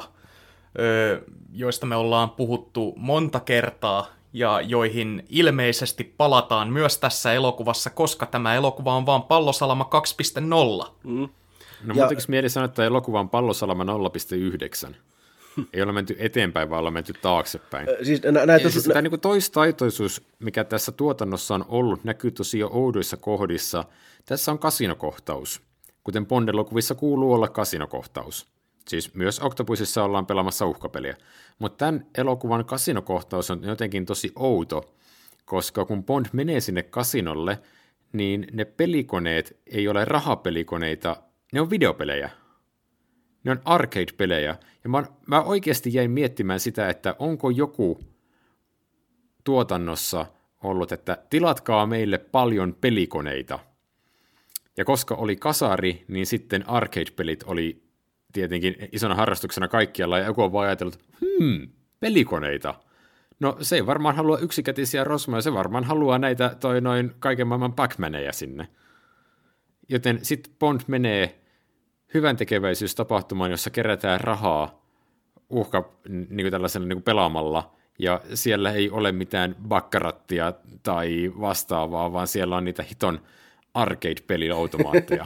joista me ollaan puhuttu monta kertaa, ja joihin ilmeisesti palataan myös tässä elokuvassa, koska tämä elokuva on vaan Pallosalama 2.0. No muutenkin mieli sanoa, että elokuva on Pallosalama 0.9. Ei ole menty eteenpäin, vaan ollaan menty taaksepäin. Siis Tämä niin toistaitoisuus, mikä tässä tuotannossa on ollut, näkyy tosi jo oudoissa kohdissa. Tässä on kasinokohtaus, kuten Bond-elokuvissa kuuluu olla kasinokohtaus. Siis myös Octopusissa ollaan pelaamassa uhkapeliä. Mutta tämän elokuvan kasinokohtaus on jotenkin tosi outo, koska kun Bond menee sinne kasinolle, niin ne pelikoneet ei ole rahapelikoneita, ne on videopelejä. Ne on arcade-pelejä. Ja mä oikeasti jäin miettimään sitä, että onko joku tuotannossa ollut, että tilatkaa meille paljon pelikoneita. Ja koska oli kasari, niin sitten arcade-pelit oli tietenkin isona harrastuksena kaikkialla, ja joku on vaan ajatellut, pelikoneita. No se ei varmaan halua yksikätisiä rosmoja, se varmaan haluaa näitä kaiken maailman Pac-Maneja sinne. Joten sitten Bond menee hyvän tekeväisyystapahtumaan, jossa kerätään rahaa niin tällaisella niin pelaamalla, ja siellä ei ole mitään bakkarattia tai vastaavaa, vaan siellä on niitä hiton arcade-peliautomaatteja.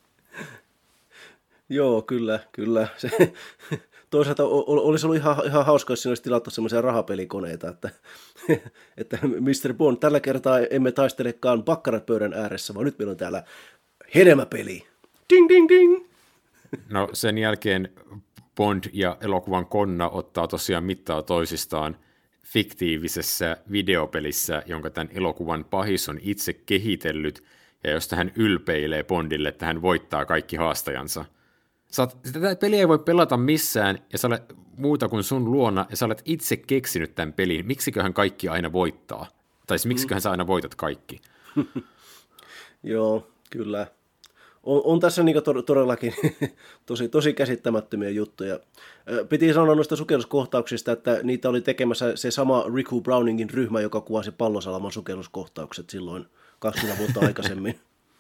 Joo, kyllä. Toisaalta olisi ollut ihan hauska, jos siinä olisi tilattu semmoisia rahapelikoneita, että Mr. Bond, tällä kertaa emme taistelekaan bakkarat-pöydän ääressä, vaan nyt meillä on täällä hedelmäpeli. Ding, ding, ding! No sen jälkeen Bond ja elokuvan Konna ottaa tosiaan mittaa toisistaan fiktiivisessä videopelissä, jonka tämän elokuvan pahis on itse kehitellyt, ja josta hän ylpeilee Bondille, että hän voittaa kaikki haastajansa. Tätä peliä ei voi pelata missään, ja sä olet muuta kuin sun luona, ja sä olet itse keksinyt tämän pelin. Miksiköhän kaikki aina voittaa? Tai siis miksiköhän sä aina voitat kaikki? Joo, kyllä. On tässä niin todellakin tosi käsittämättömiä juttuja. Piti sanoa noista sukelluskohtauksista, että niitä oli tekemässä se sama Riku Browningin ryhmä, joka kuvasi Pallosalaman sukelluskohtaukset silloin 20 vuotta aikaisemmin.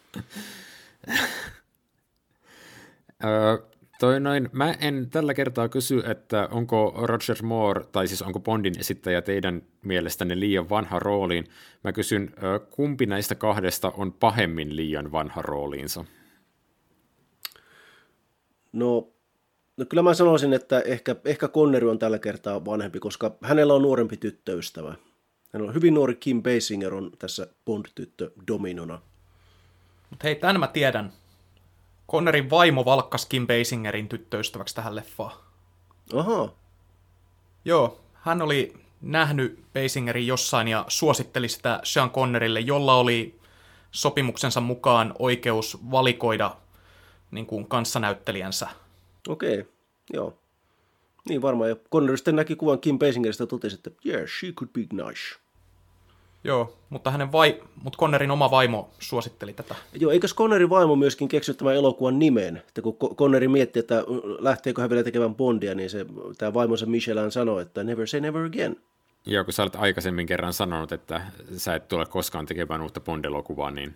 Mä en tällä kertaa kysy, että onko Roger Moore, tai siis onko Bondin esittäjä teidän mielestänne liian vanha rooliin. Mä kysyn, kumpi näistä kahdesta on pahemmin liian vanha rooliinsa? No kyllä mä sanoisin, että ehkä Connery on tällä kertaa vanhempi, koska hänellä on nuorempi tyttöystävä. Hän on hyvin nuori Kim Basinger on tässä Bond-tyttö dominona. Mutta hei, tämän mä tiedän. Connerin vaimo valkkasi Kim Basingerin tyttöystäväksi tähän leffaan. Aha. Joo, hän oli nähnyt Basingerin jossain ja suositteli sitä Sean Connerille, jolla oli sopimuksensa mukaan oikeus valikoida niin kuin kanssanäyttelijänsä. Okei, joo. Niin varmaan. Ja Connery sitten näki kuvan Kim Basingerista ja totesi, että yeah, she could be nice. Joo, mutta Connerin oma vaimo suositteli tätä. Joo, eikös Connerin vaimo myöskin keksinyt tämän elokuvan nimen? Että kun Connery mietti, että lähteekö hän vielä tekemään Bondia, niin tämä vaimonsa Michelin sanoi, että never say never again. Joo, kun sä olet aikaisemmin kerran sanonut, että sä et tule koskaan tekemään uutta Bond-elokuvaa, niin...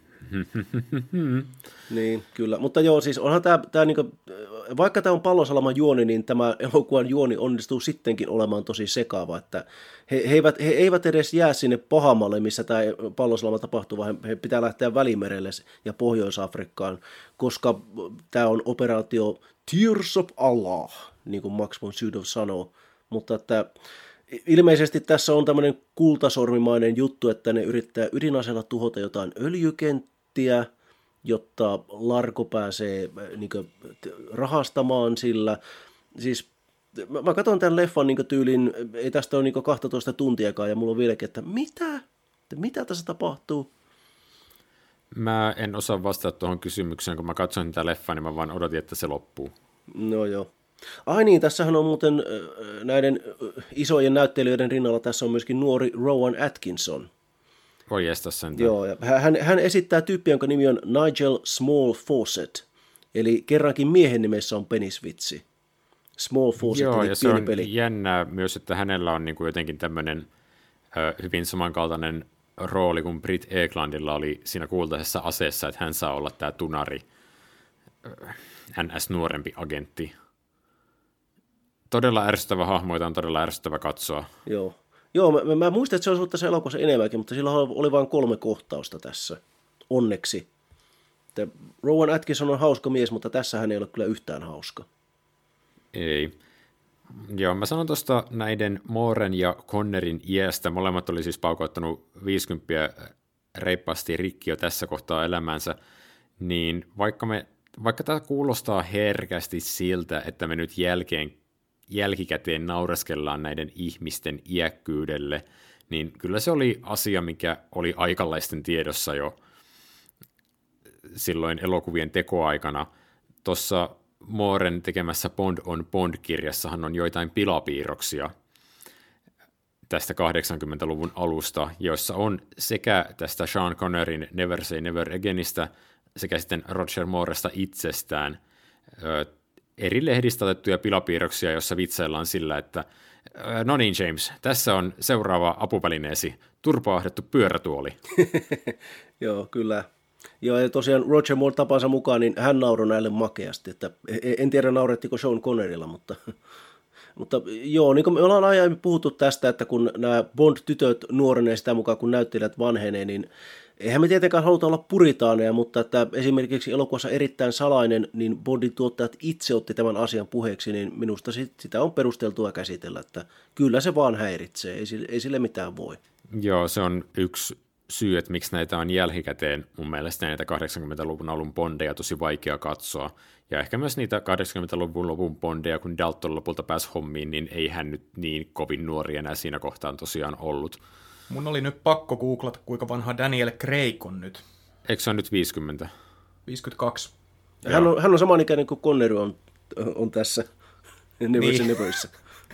Niin, kyllä. Mutta joo, siis onhan tämä niinku, vaikka tämä on Pallosalaman juoni, niin tämä elokuvan juoni onnistuu sittenkin olemaan tosi sekaava, että he eivät edes jää sinne Pahamalle, missä tämä Pallosalama tapahtuu, vaan he pitää lähteä Välimerelle ja Pohjois-Afrikkaan, koska tämä on operaatio Tears of Allah, niin kuin Max von Sydow sanoo, mutta että ilmeisesti tässä on tämmöinen kultasormimainen juttu, että ne yrittää ydinaseella tuhota jotain öljykenttiä, jotta Larko pääsee niin kuin, rahastamaan sillä. Siis mä katson tämän leffan niin kuin, tyylin, ei tästä ole niin kuin, 12 tuntiakaan, ja mulla on vieläkin, että mitä tässä tapahtuu? Mä en osaa vastata tuohon kysymykseen, kun mä katsoin tätä leffaa, niin mä vaan odotin, että se loppuu. No joo. Ai niin, tässähän on muuten näiden isojen näyttelijöiden rinnalla tässä on myöskin nuori Rowan Atkinson. Voi estä sen. Joo, ja hän esittää tyyppiä, jonka nimi on Nigel Small Fawcett. Eli kerrankin miehen nimessä on penisvitsi. Small Fawcett, joo, eli ja se pieni on peli. jännää myös, että hänellä on niin kuin jotenkin tämmöinen hyvin samankaltainen rooli kuin Britt Eklandilla oli siinä kultaisessa aseessa, että hän saa olla tämä tunari, NS nuorempi agentti. Todella ärsyttävä hahmo, jota on todella ärsyttävä katsoa. Joo, mä muistan, että se olisi ollut tässä elokuvassa enemmänkin, mutta sillä oli vain 3 kohtausta tässä. Onneksi. Rowan Atkinson on hauska mies, mutta tässä hän ei ole kyllä yhtään hauska. Ei. Joo, mä sanon tuosta näiden Mooren ja Connerin iästä. Molemmat oli siis paukoittanut 50 reippaasti rikki jo tässä kohtaa elämänsä, niin vaikka tämä kuulostaa herkästi siltä, että me nyt jälkikäteen naureskellaan näiden ihmisten iäkkyydelle, niin kyllä se oli asia, mikä oli aikalaisten tiedossa jo silloin elokuvien tekoaikana. Tuossa Mooren tekemässä Bond on Bond-kirjassahan on joitain pilapiirroksia tästä 80-luvun alusta, joissa on sekä tästä Sean Connerin Never Say Never Againista sekä sitten Roger Mooresta itsestään eri lehdistä otettuja pilapiirroksia, jossa vitsaillaan sillä, että no niin James, tässä on seuraava apuvälineesi, turpaahdettu pyörätuoli. Joo, kyllä. Joo, ja tosiaan Roger Moore tapansa mukaan, niin hän nauroi näille makeasti, että en tiedä naurettiko Sean Connerilla, mutta joo, niin kuin me ollaan aiemmin puhuttu tästä, että kun nämä Bond-tytöt nuorenee sitä mukaan, kun näyttelijät vanhenee, niin eihän me tietenkään haluta olla puritaaneja, mutta että esimerkiksi elokuvassa Erittäin salainen, niin Bondin tuottajat itse otti tämän asian puheeksi, niin minusta sitä on perusteltua käsitellä, että kyllä se vaan häiritsee, ei sille mitään voi. Joo, se on yksi syy, että miksi näitä on jälkikäteen mun mielestä näitä 80-luvun alun Bondeja tosi vaikea katsoa. Ja ehkä myös niitä 80-luvun lopun Bondeja, kun Dalton lopulta pääsi hommiin, niin ei hän nyt niin kovin nuori enää siinä kohtaan tosiaan ollut. Mun oli nyt pakko googlata, kuinka vanha Daniel Craig on nyt. Eikö se on nyt 50? 52. Hän on samanikäinen kuin Connery on tässä Never Say Neverissä.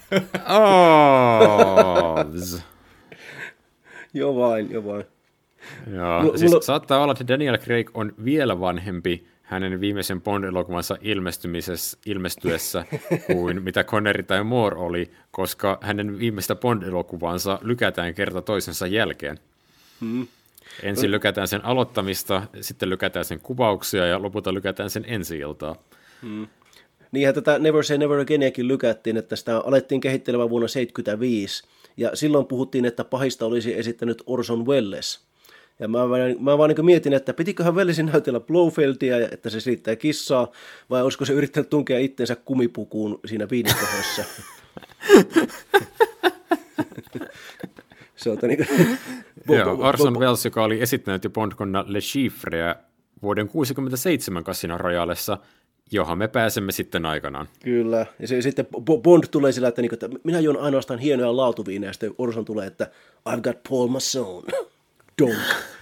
Joo vain. Joo, siis saattaa olla, että Daniel Craig on vielä vanhempi hänen viimeisen Bond-elokuvansa ilmestyessä kuin mitä Connery tai Moore oli, koska hänen viimeistä Bond-elokuvansa lykätään kerta toisensa jälkeen. Ensin lykätään sen aloittamista, sitten lykätään sen kuvauksia ja lopulta lykätään sen ensi-iltaa. Niinhän tätä Never Say Never Againiakin lykättiin, että sitä alettiin kehittelemään vuonna 1975, ja silloin puhuttiin, että pahista olisi esittänyt Orson Welles. Ja mä vaan niin mietin, että pitiköhän Wellesin näytellä Blofeldia, että se silittää kissaa, vai olisiko se yrittänyt tunkea itsensä kumipukuun siinä viinikohdassa. Se on niin Orson Welles, joka oli esittänyt jo Bond-konna Le Chiffreä vuoden 1967 Casino Royalessa, johon me pääsemme sitten aikanaan. Kyllä, ja sitten Bond tulee sillä, että minä juon ainoastaan hienoja laatuviineja, ja sitten Orson tulee, että I've got Paul Masson. Donk.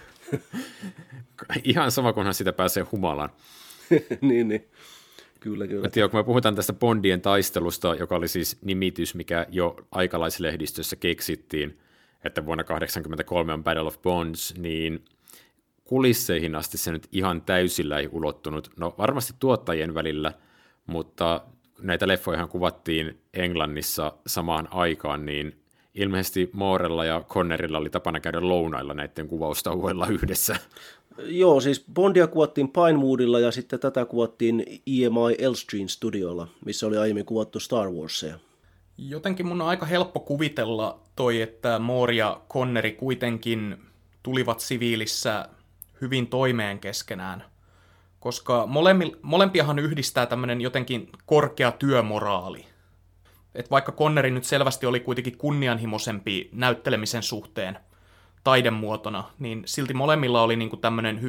Ihan sama, kunhan sitä pääsee humalaan. niin. Kyllä. Kun me puhutaan tästä Bondien taistelusta, joka oli siis nimitys, mikä jo aikalaislehdistössä keksittiin, että vuonna 1983 on Battle of Bonds, niin kulisseihin asti se nyt ihan täysillä ei ulottunut. No varmasti tuottajien välillä, mutta näitä leffojahan kuvattiin Englannissa samaan aikaan, niin ilmeisesti Moorella ja Connerilla oli tapana käydä lounailla näiden kuvaustauoilla yhdessä. Joo, siis Bondia kuvattiin Pinewoodilla ja sitten tätä kuvattiin EMI Elstreen studiolla, missä oli aiemmin kuvattu Star Warsia. Jotenkin mun on aika helppo kuvitella että Moore ja Connery kuitenkin tulivat siviilissä hyvin toimeen keskenään, koska molempiahan yhdistää tämmöinen jotenkin korkea työmoraali. Et vaikka Connery nyt selvästi oli kuitenkin kunnianhimoisempi näyttelemisen suhteen taidemuotona, niin silti molemmilla oli niinku tämmöinen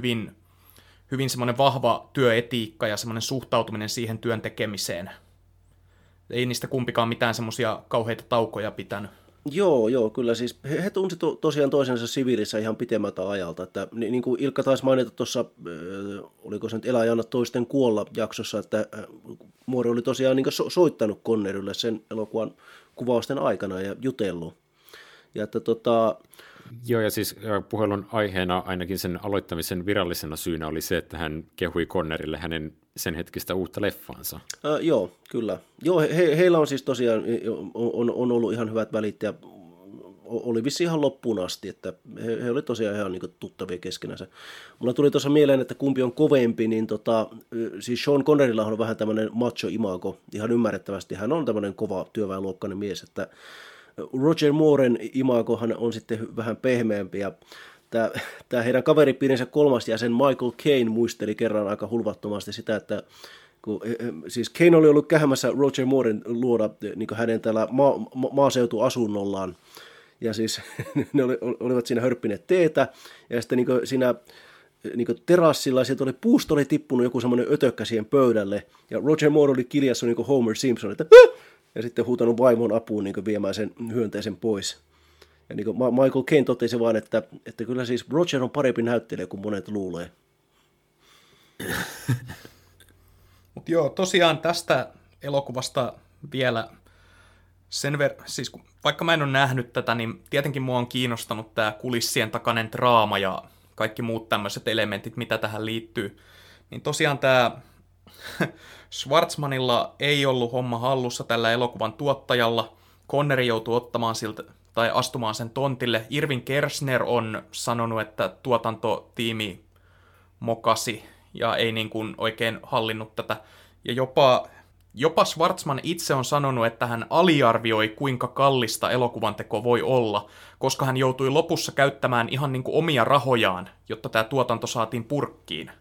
hyvin semmoinen vahva työetiikka ja semmoinen suhtautuminen siihen työn tekemiseen. Ei niistä kumpikaan mitään semmoisia kauheita taukoja pitänyt. Joo, kyllä siis he tunsi tosiaan toisensa siviilissä ihan pitemmältä ajalta, että niin kuin Ilkka taisi mainita tuossa, oliko se nyt Elä ja anna toisten kuolla -jaksossa, että Moore oli tosiaan niin soittanut Connerylle sen elokuvan kuvausten aikana ja jutellut. Ja että Joo, ja siis puhelun aiheena ainakin sen aloittamisen virallisena syynä oli se, että hän kehui Connerille hänen sen hetkistä uutta leffansa. Joo, kyllä. Joo, heillä on siis tosiaan on ollut ihan hyvät välit ja oli vissi ihan loppuun asti, että he oli tosiaan ihan niin kuin tuttavia keskenänsä. Mulla tuli tuossa mieleen, että kumpi on kovempi, niin siis Sean Connerylla on vähän tämmöinen macho-imago, ihan ymmärrettävästi. Hän on tämmöinen kova työväenluokkainen mies, että Roger Mooren imagohan on sitten vähän pehmeämpi, ja tämä heidän kaveripiirinsä kolmas jäsen Michael Caine muisteli kerran aika hulvattomasti sitä, että Siis Kane oli ollut kähmässä Roger Mooren luoda niin hänen tällä maaseutuasunnollaan, ja siis ne olivat siinä hörppineet teetä, ja sitten niin siinä niin terassilla sieltä puusta oli tippunut joku semmoinen ötökkä siihen pöydälle, ja Roger Moore oli kiljassa niin Homer Simpson, että ja sitten huutanut vaimon apuun niin viemään sen hyönteisen pois. Ja niin Michael Caine totesi vaan, että kyllä siis Roger on parempi näyttelijä kuin monet luulee. Mutta joo, tosiaan tästä elokuvasta vielä siis vaikka mä en ole nähnyt tätä, niin tietenkin mua on kiinnostanut tämä kulissien takainen draama ja kaikki muut tämmöiset elementit, mitä tähän liittyy. Niin tosiaan tämä Schwartzmanilla ei ollut homma hallussa tällä elokuvan tuottajalla. Connery joutui ottamaan siltä tai astumaan sen tontille. Irvin Kershner on sanonut, että tuotantotiimi mokasi ja ei niin kuin oikein hallinnut tätä. Ja jopa Schwartzman itse on sanonut, että hän aliarvioi, kuinka kallista elokuvan teko voi olla, koska hän joutui lopussa käyttämään ihan niin kuin omia rahojaan, jotta tämä tuotanto saatiin purkkiin.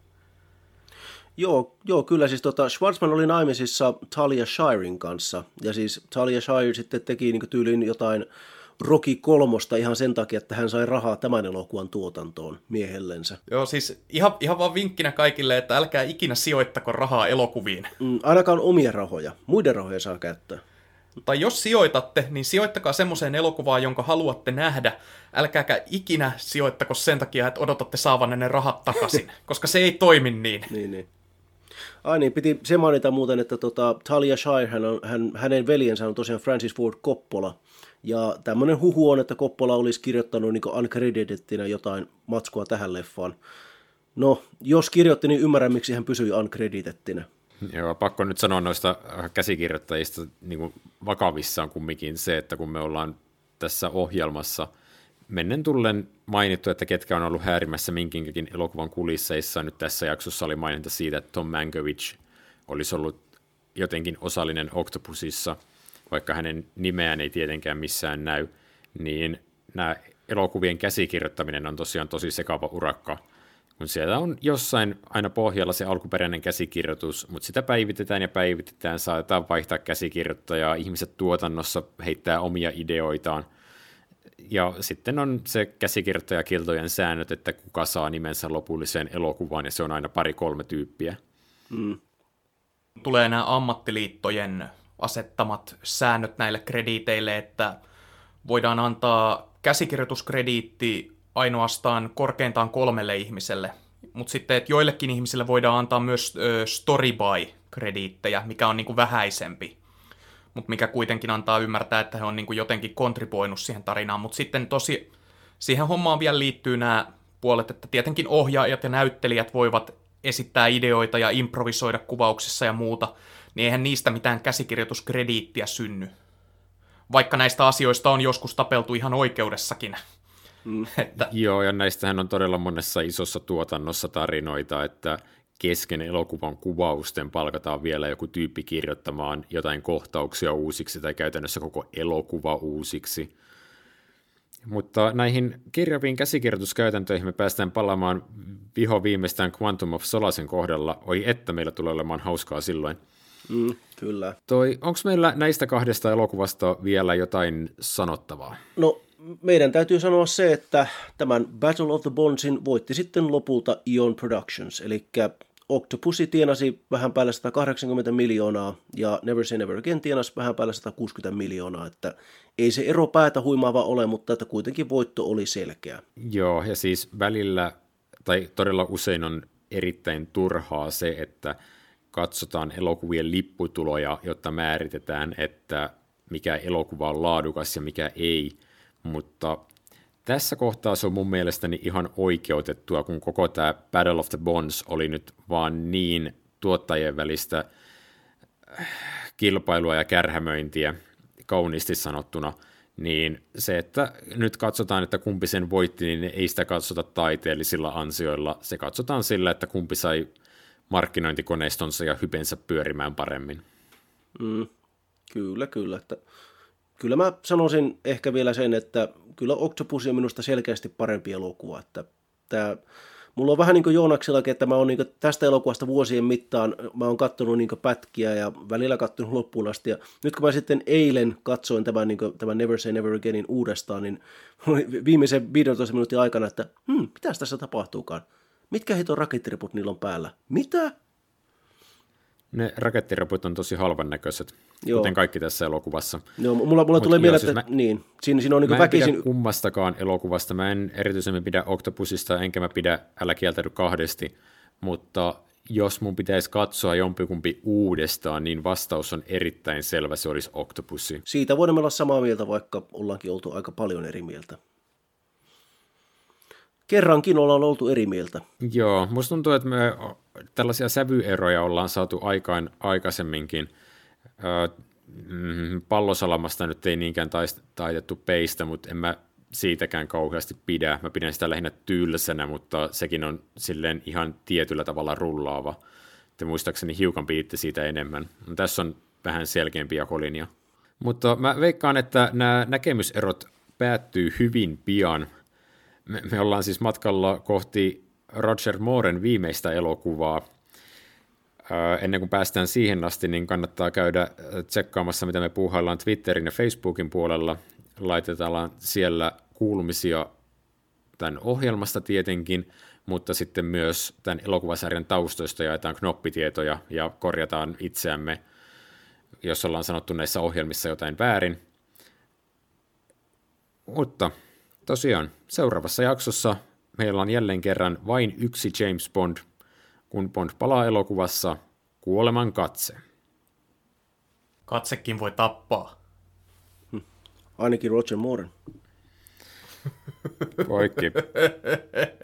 Joo, kyllä siis Schwartzman oli naimisissa Talia Shiren kanssa, ja siis Talia Shire sitten teki niin kuin tyyliin jotain Rocky 3 ihan sen takia, että hän sai rahaa tämän elokuvan tuotantoon miehellensä. Joo, siis ihan vaan vinkkinä kaikille, että älkää ikinä sijoittako rahaa elokuviin. Ainakaan omia rahoja, muiden rahoja saa käyttää. Tai jos sijoitatte, niin sijoittakaa semmoiseen elokuvaan, jonka haluatte nähdä. Älkääkä ikinä sijoittako sen takia, että odotatte saavanne ne rahat takaisin, koska se ei toimi niin. Niin. Ai niin, piti se mainita muuten, että Talia Shire, hänen veljensä on tosiaan Francis Ford Coppola. Ja tämmöinen huhu on, että Coppola olisi kirjoittanut niin uncreditedinä jotain matskua tähän leffaan. No, jos kirjoitti, niin ymmärrän, miksi hän pysyi uncreditedinä. Joo, pakko nyt sanoa noista käsikirjoittajista niin kuin vakavissaan kumminkin se, että kun me ollaan tässä ohjelmassa mennen tullen mainittu, että ketkä on ollut häärimässä minkinkin elokuvan kulisseissa. Nyt tässä jaksossa oli maininta siitä, että Tom Mankiewicz olisi ollut jotenkin osallinen Octopusissa, vaikka hänen nimeään ei tietenkään missään näy, niin nämä elokuvien käsikirjoittaminen on tosiaan tosi sekava urakka, kun siellä on jossain aina pohjalla se alkuperäinen käsikirjoitus, mutta sitä päivitetään, saatetaan vaihtaa käsikirjoittajaa, ihmiset tuotannossa heittää omia ideoitaan, ja sitten on se käsikirjoittajakiltojen säännöt, että kuka saa nimensä lopulliseen elokuvaan, ja se on aina 2-3 tyyppiä. Tulee nämä ammattiliittojen asettamat säännöt näille krediiteille, että voidaan antaa käsikirjoituskrediitti ainoastaan korkeintaan 3 ihmiselle, mutta sitten että joillekin ihmisille voidaan antaa myös story by-krediittejä, mikä on niin kuin vähäisempi, mutta mikä kuitenkin antaa ymmärtää, että he on niin kuin jotenkin kontribuoinut siihen tarinaan, mutta sitten siihen hommaan vielä liittyy nämä puolet, että tietenkin ohjaajat ja näyttelijät voivat esittää ideoita ja improvisoida kuvauksissa ja muuta, niin eihän niistä mitään käsikirjoituskrediittiä synny. Vaikka näistä asioista on joskus tapeltu ihan oikeudessakin. Joo, ja näistähän on todella monessa isossa tuotannossa tarinoita, että kesken elokuvan kuvausten palkataan vielä joku tyyppi kirjoittamaan jotain kohtauksia uusiksi tai käytännössä koko elokuva uusiksi. Mutta näihin kirjaviin käsikirjoituskäytäntöihin me päästään palaamaan viimeistään Quantum of Solacen kohdalla. Oi että meillä tulee olemaan hauskaa silloin. Kyllä. Onko meillä näistä 2 elokuvasta vielä jotain sanottavaa? No, meidän täytyy sanoa se, että tämän Battle of the Bondsin voitti sitten lopulta Eon Productions, eli Octopussy tienasi vähän päälle 180 miljoonaa ja Never Say Never Again tienasi vähän päälle 160 miljoonaa, että ei se ero päätä huimaava ole, mutta että kuitenkin voitto oli selkeä. Joo, ja siis välillä, tai todella usein on erittäin turhaa se, että katsotaan elokuvien lipputuloja, jotta määritetään, että mikä elokuva on laadukas ja mikä ei, mutta tässä kohtaa se on mun mielestäni ihan oikeutettua, kun koko tämä Battle of the Bonds oli nyt vaan niin tuottajien välistä kilpailua ja kärhämöintiä, kauniisti sanottuna, niin se, että nyt katsotaan, että kumpi sen voitti, niin ei sitä katsota taiteellisilla ansioilla. Se katsotaan sillä, että kumpi sai markkinointikoneistonsa ja hypensä pyörimään paremmin. Kyllä. Että kyllä mä sanoisin ehkä vielä sen, että kyllä Octopus on minusta selkeästi parempi elokuva. Että tämä mulla on vähän niin kuin Joonaksellakin, että mä oon niin tästä elokuvasta vuosien mittaan, mä oon katsonut niin pätkiä ja välillä katsonut loppuun asti. Ja nyt kun mä sitten eilen katsoin tämän Never Say Never Againin uudestaan, niin viimeisen 15 minuutin aikana, että mitäs tässä tapahtuukaan? Mitkä hiton rakettireput niillä on päällä? Mitä? Ne rakettireput on tosi halvan näköiset, kuten kaikki tässä elokuvassa. Joo, mulla tulee mieleen, että niin, siinä on niin väkisin... Mä en pidä kummastakaan elokuvasta, mä en erityisemmin pidä Octopusista, enkä mä pidä Älä kieltäydy kahdesti, mutta jos mun pitäisi katsoa jompikumpi uudestaan, niin vastaus on erittäin selvä, se olisi Octopusi. Siitä voidaan olla samaa mieltä, vaikka ollaankin oltu aika paljon eri mieltä. Kerrankin ollaan oltu eri mieltä. Joo, musta tuntuu, että me tällaisia sävyeroja ollaan saatu aikaisemminkin. Pallosalamasta nyt ei niinkään taitettu peistä, mutta en mä siitäkään kauheasti pidä. Mä pidän sitä lähinnä tylsänä, mutta sekin on silleen ihan tietyllä tavalla rullaava. Te muistaakseni hiukan piditte siitä enemmän. Tässä on vähän selkeämpi jakolinja. Mutta mä veikkaan, että nämä näkemyserot päättyy hyvin pian. Me ollaan siis matkalla kohti Roger Mooren viimeistä elokuvaa. Ennen kuin päästään siihen asti, niin kannattaa käydä tsekkaamassa, mitä me puuhaillaan Twitterin ja Facebookin puolella. Laitetaan siellä kuulumisia tämän ohjelmasta tietenkin, mutta sitten myös tämän elokuvasarjan taustoista jaetaan knoppitietoja ja korjataan itseämme, jos ollaan sanottu näissä ohjelmissa jotain väärin. Mutta tosiaan, seuraavassa jaksossa meillä on jälleen kerran vain yksi James Bond, kun Bond palaa elokuvassa Kuoleman katse. Katsekin voi tappaa. Ainakin Roger Moore. Poikki.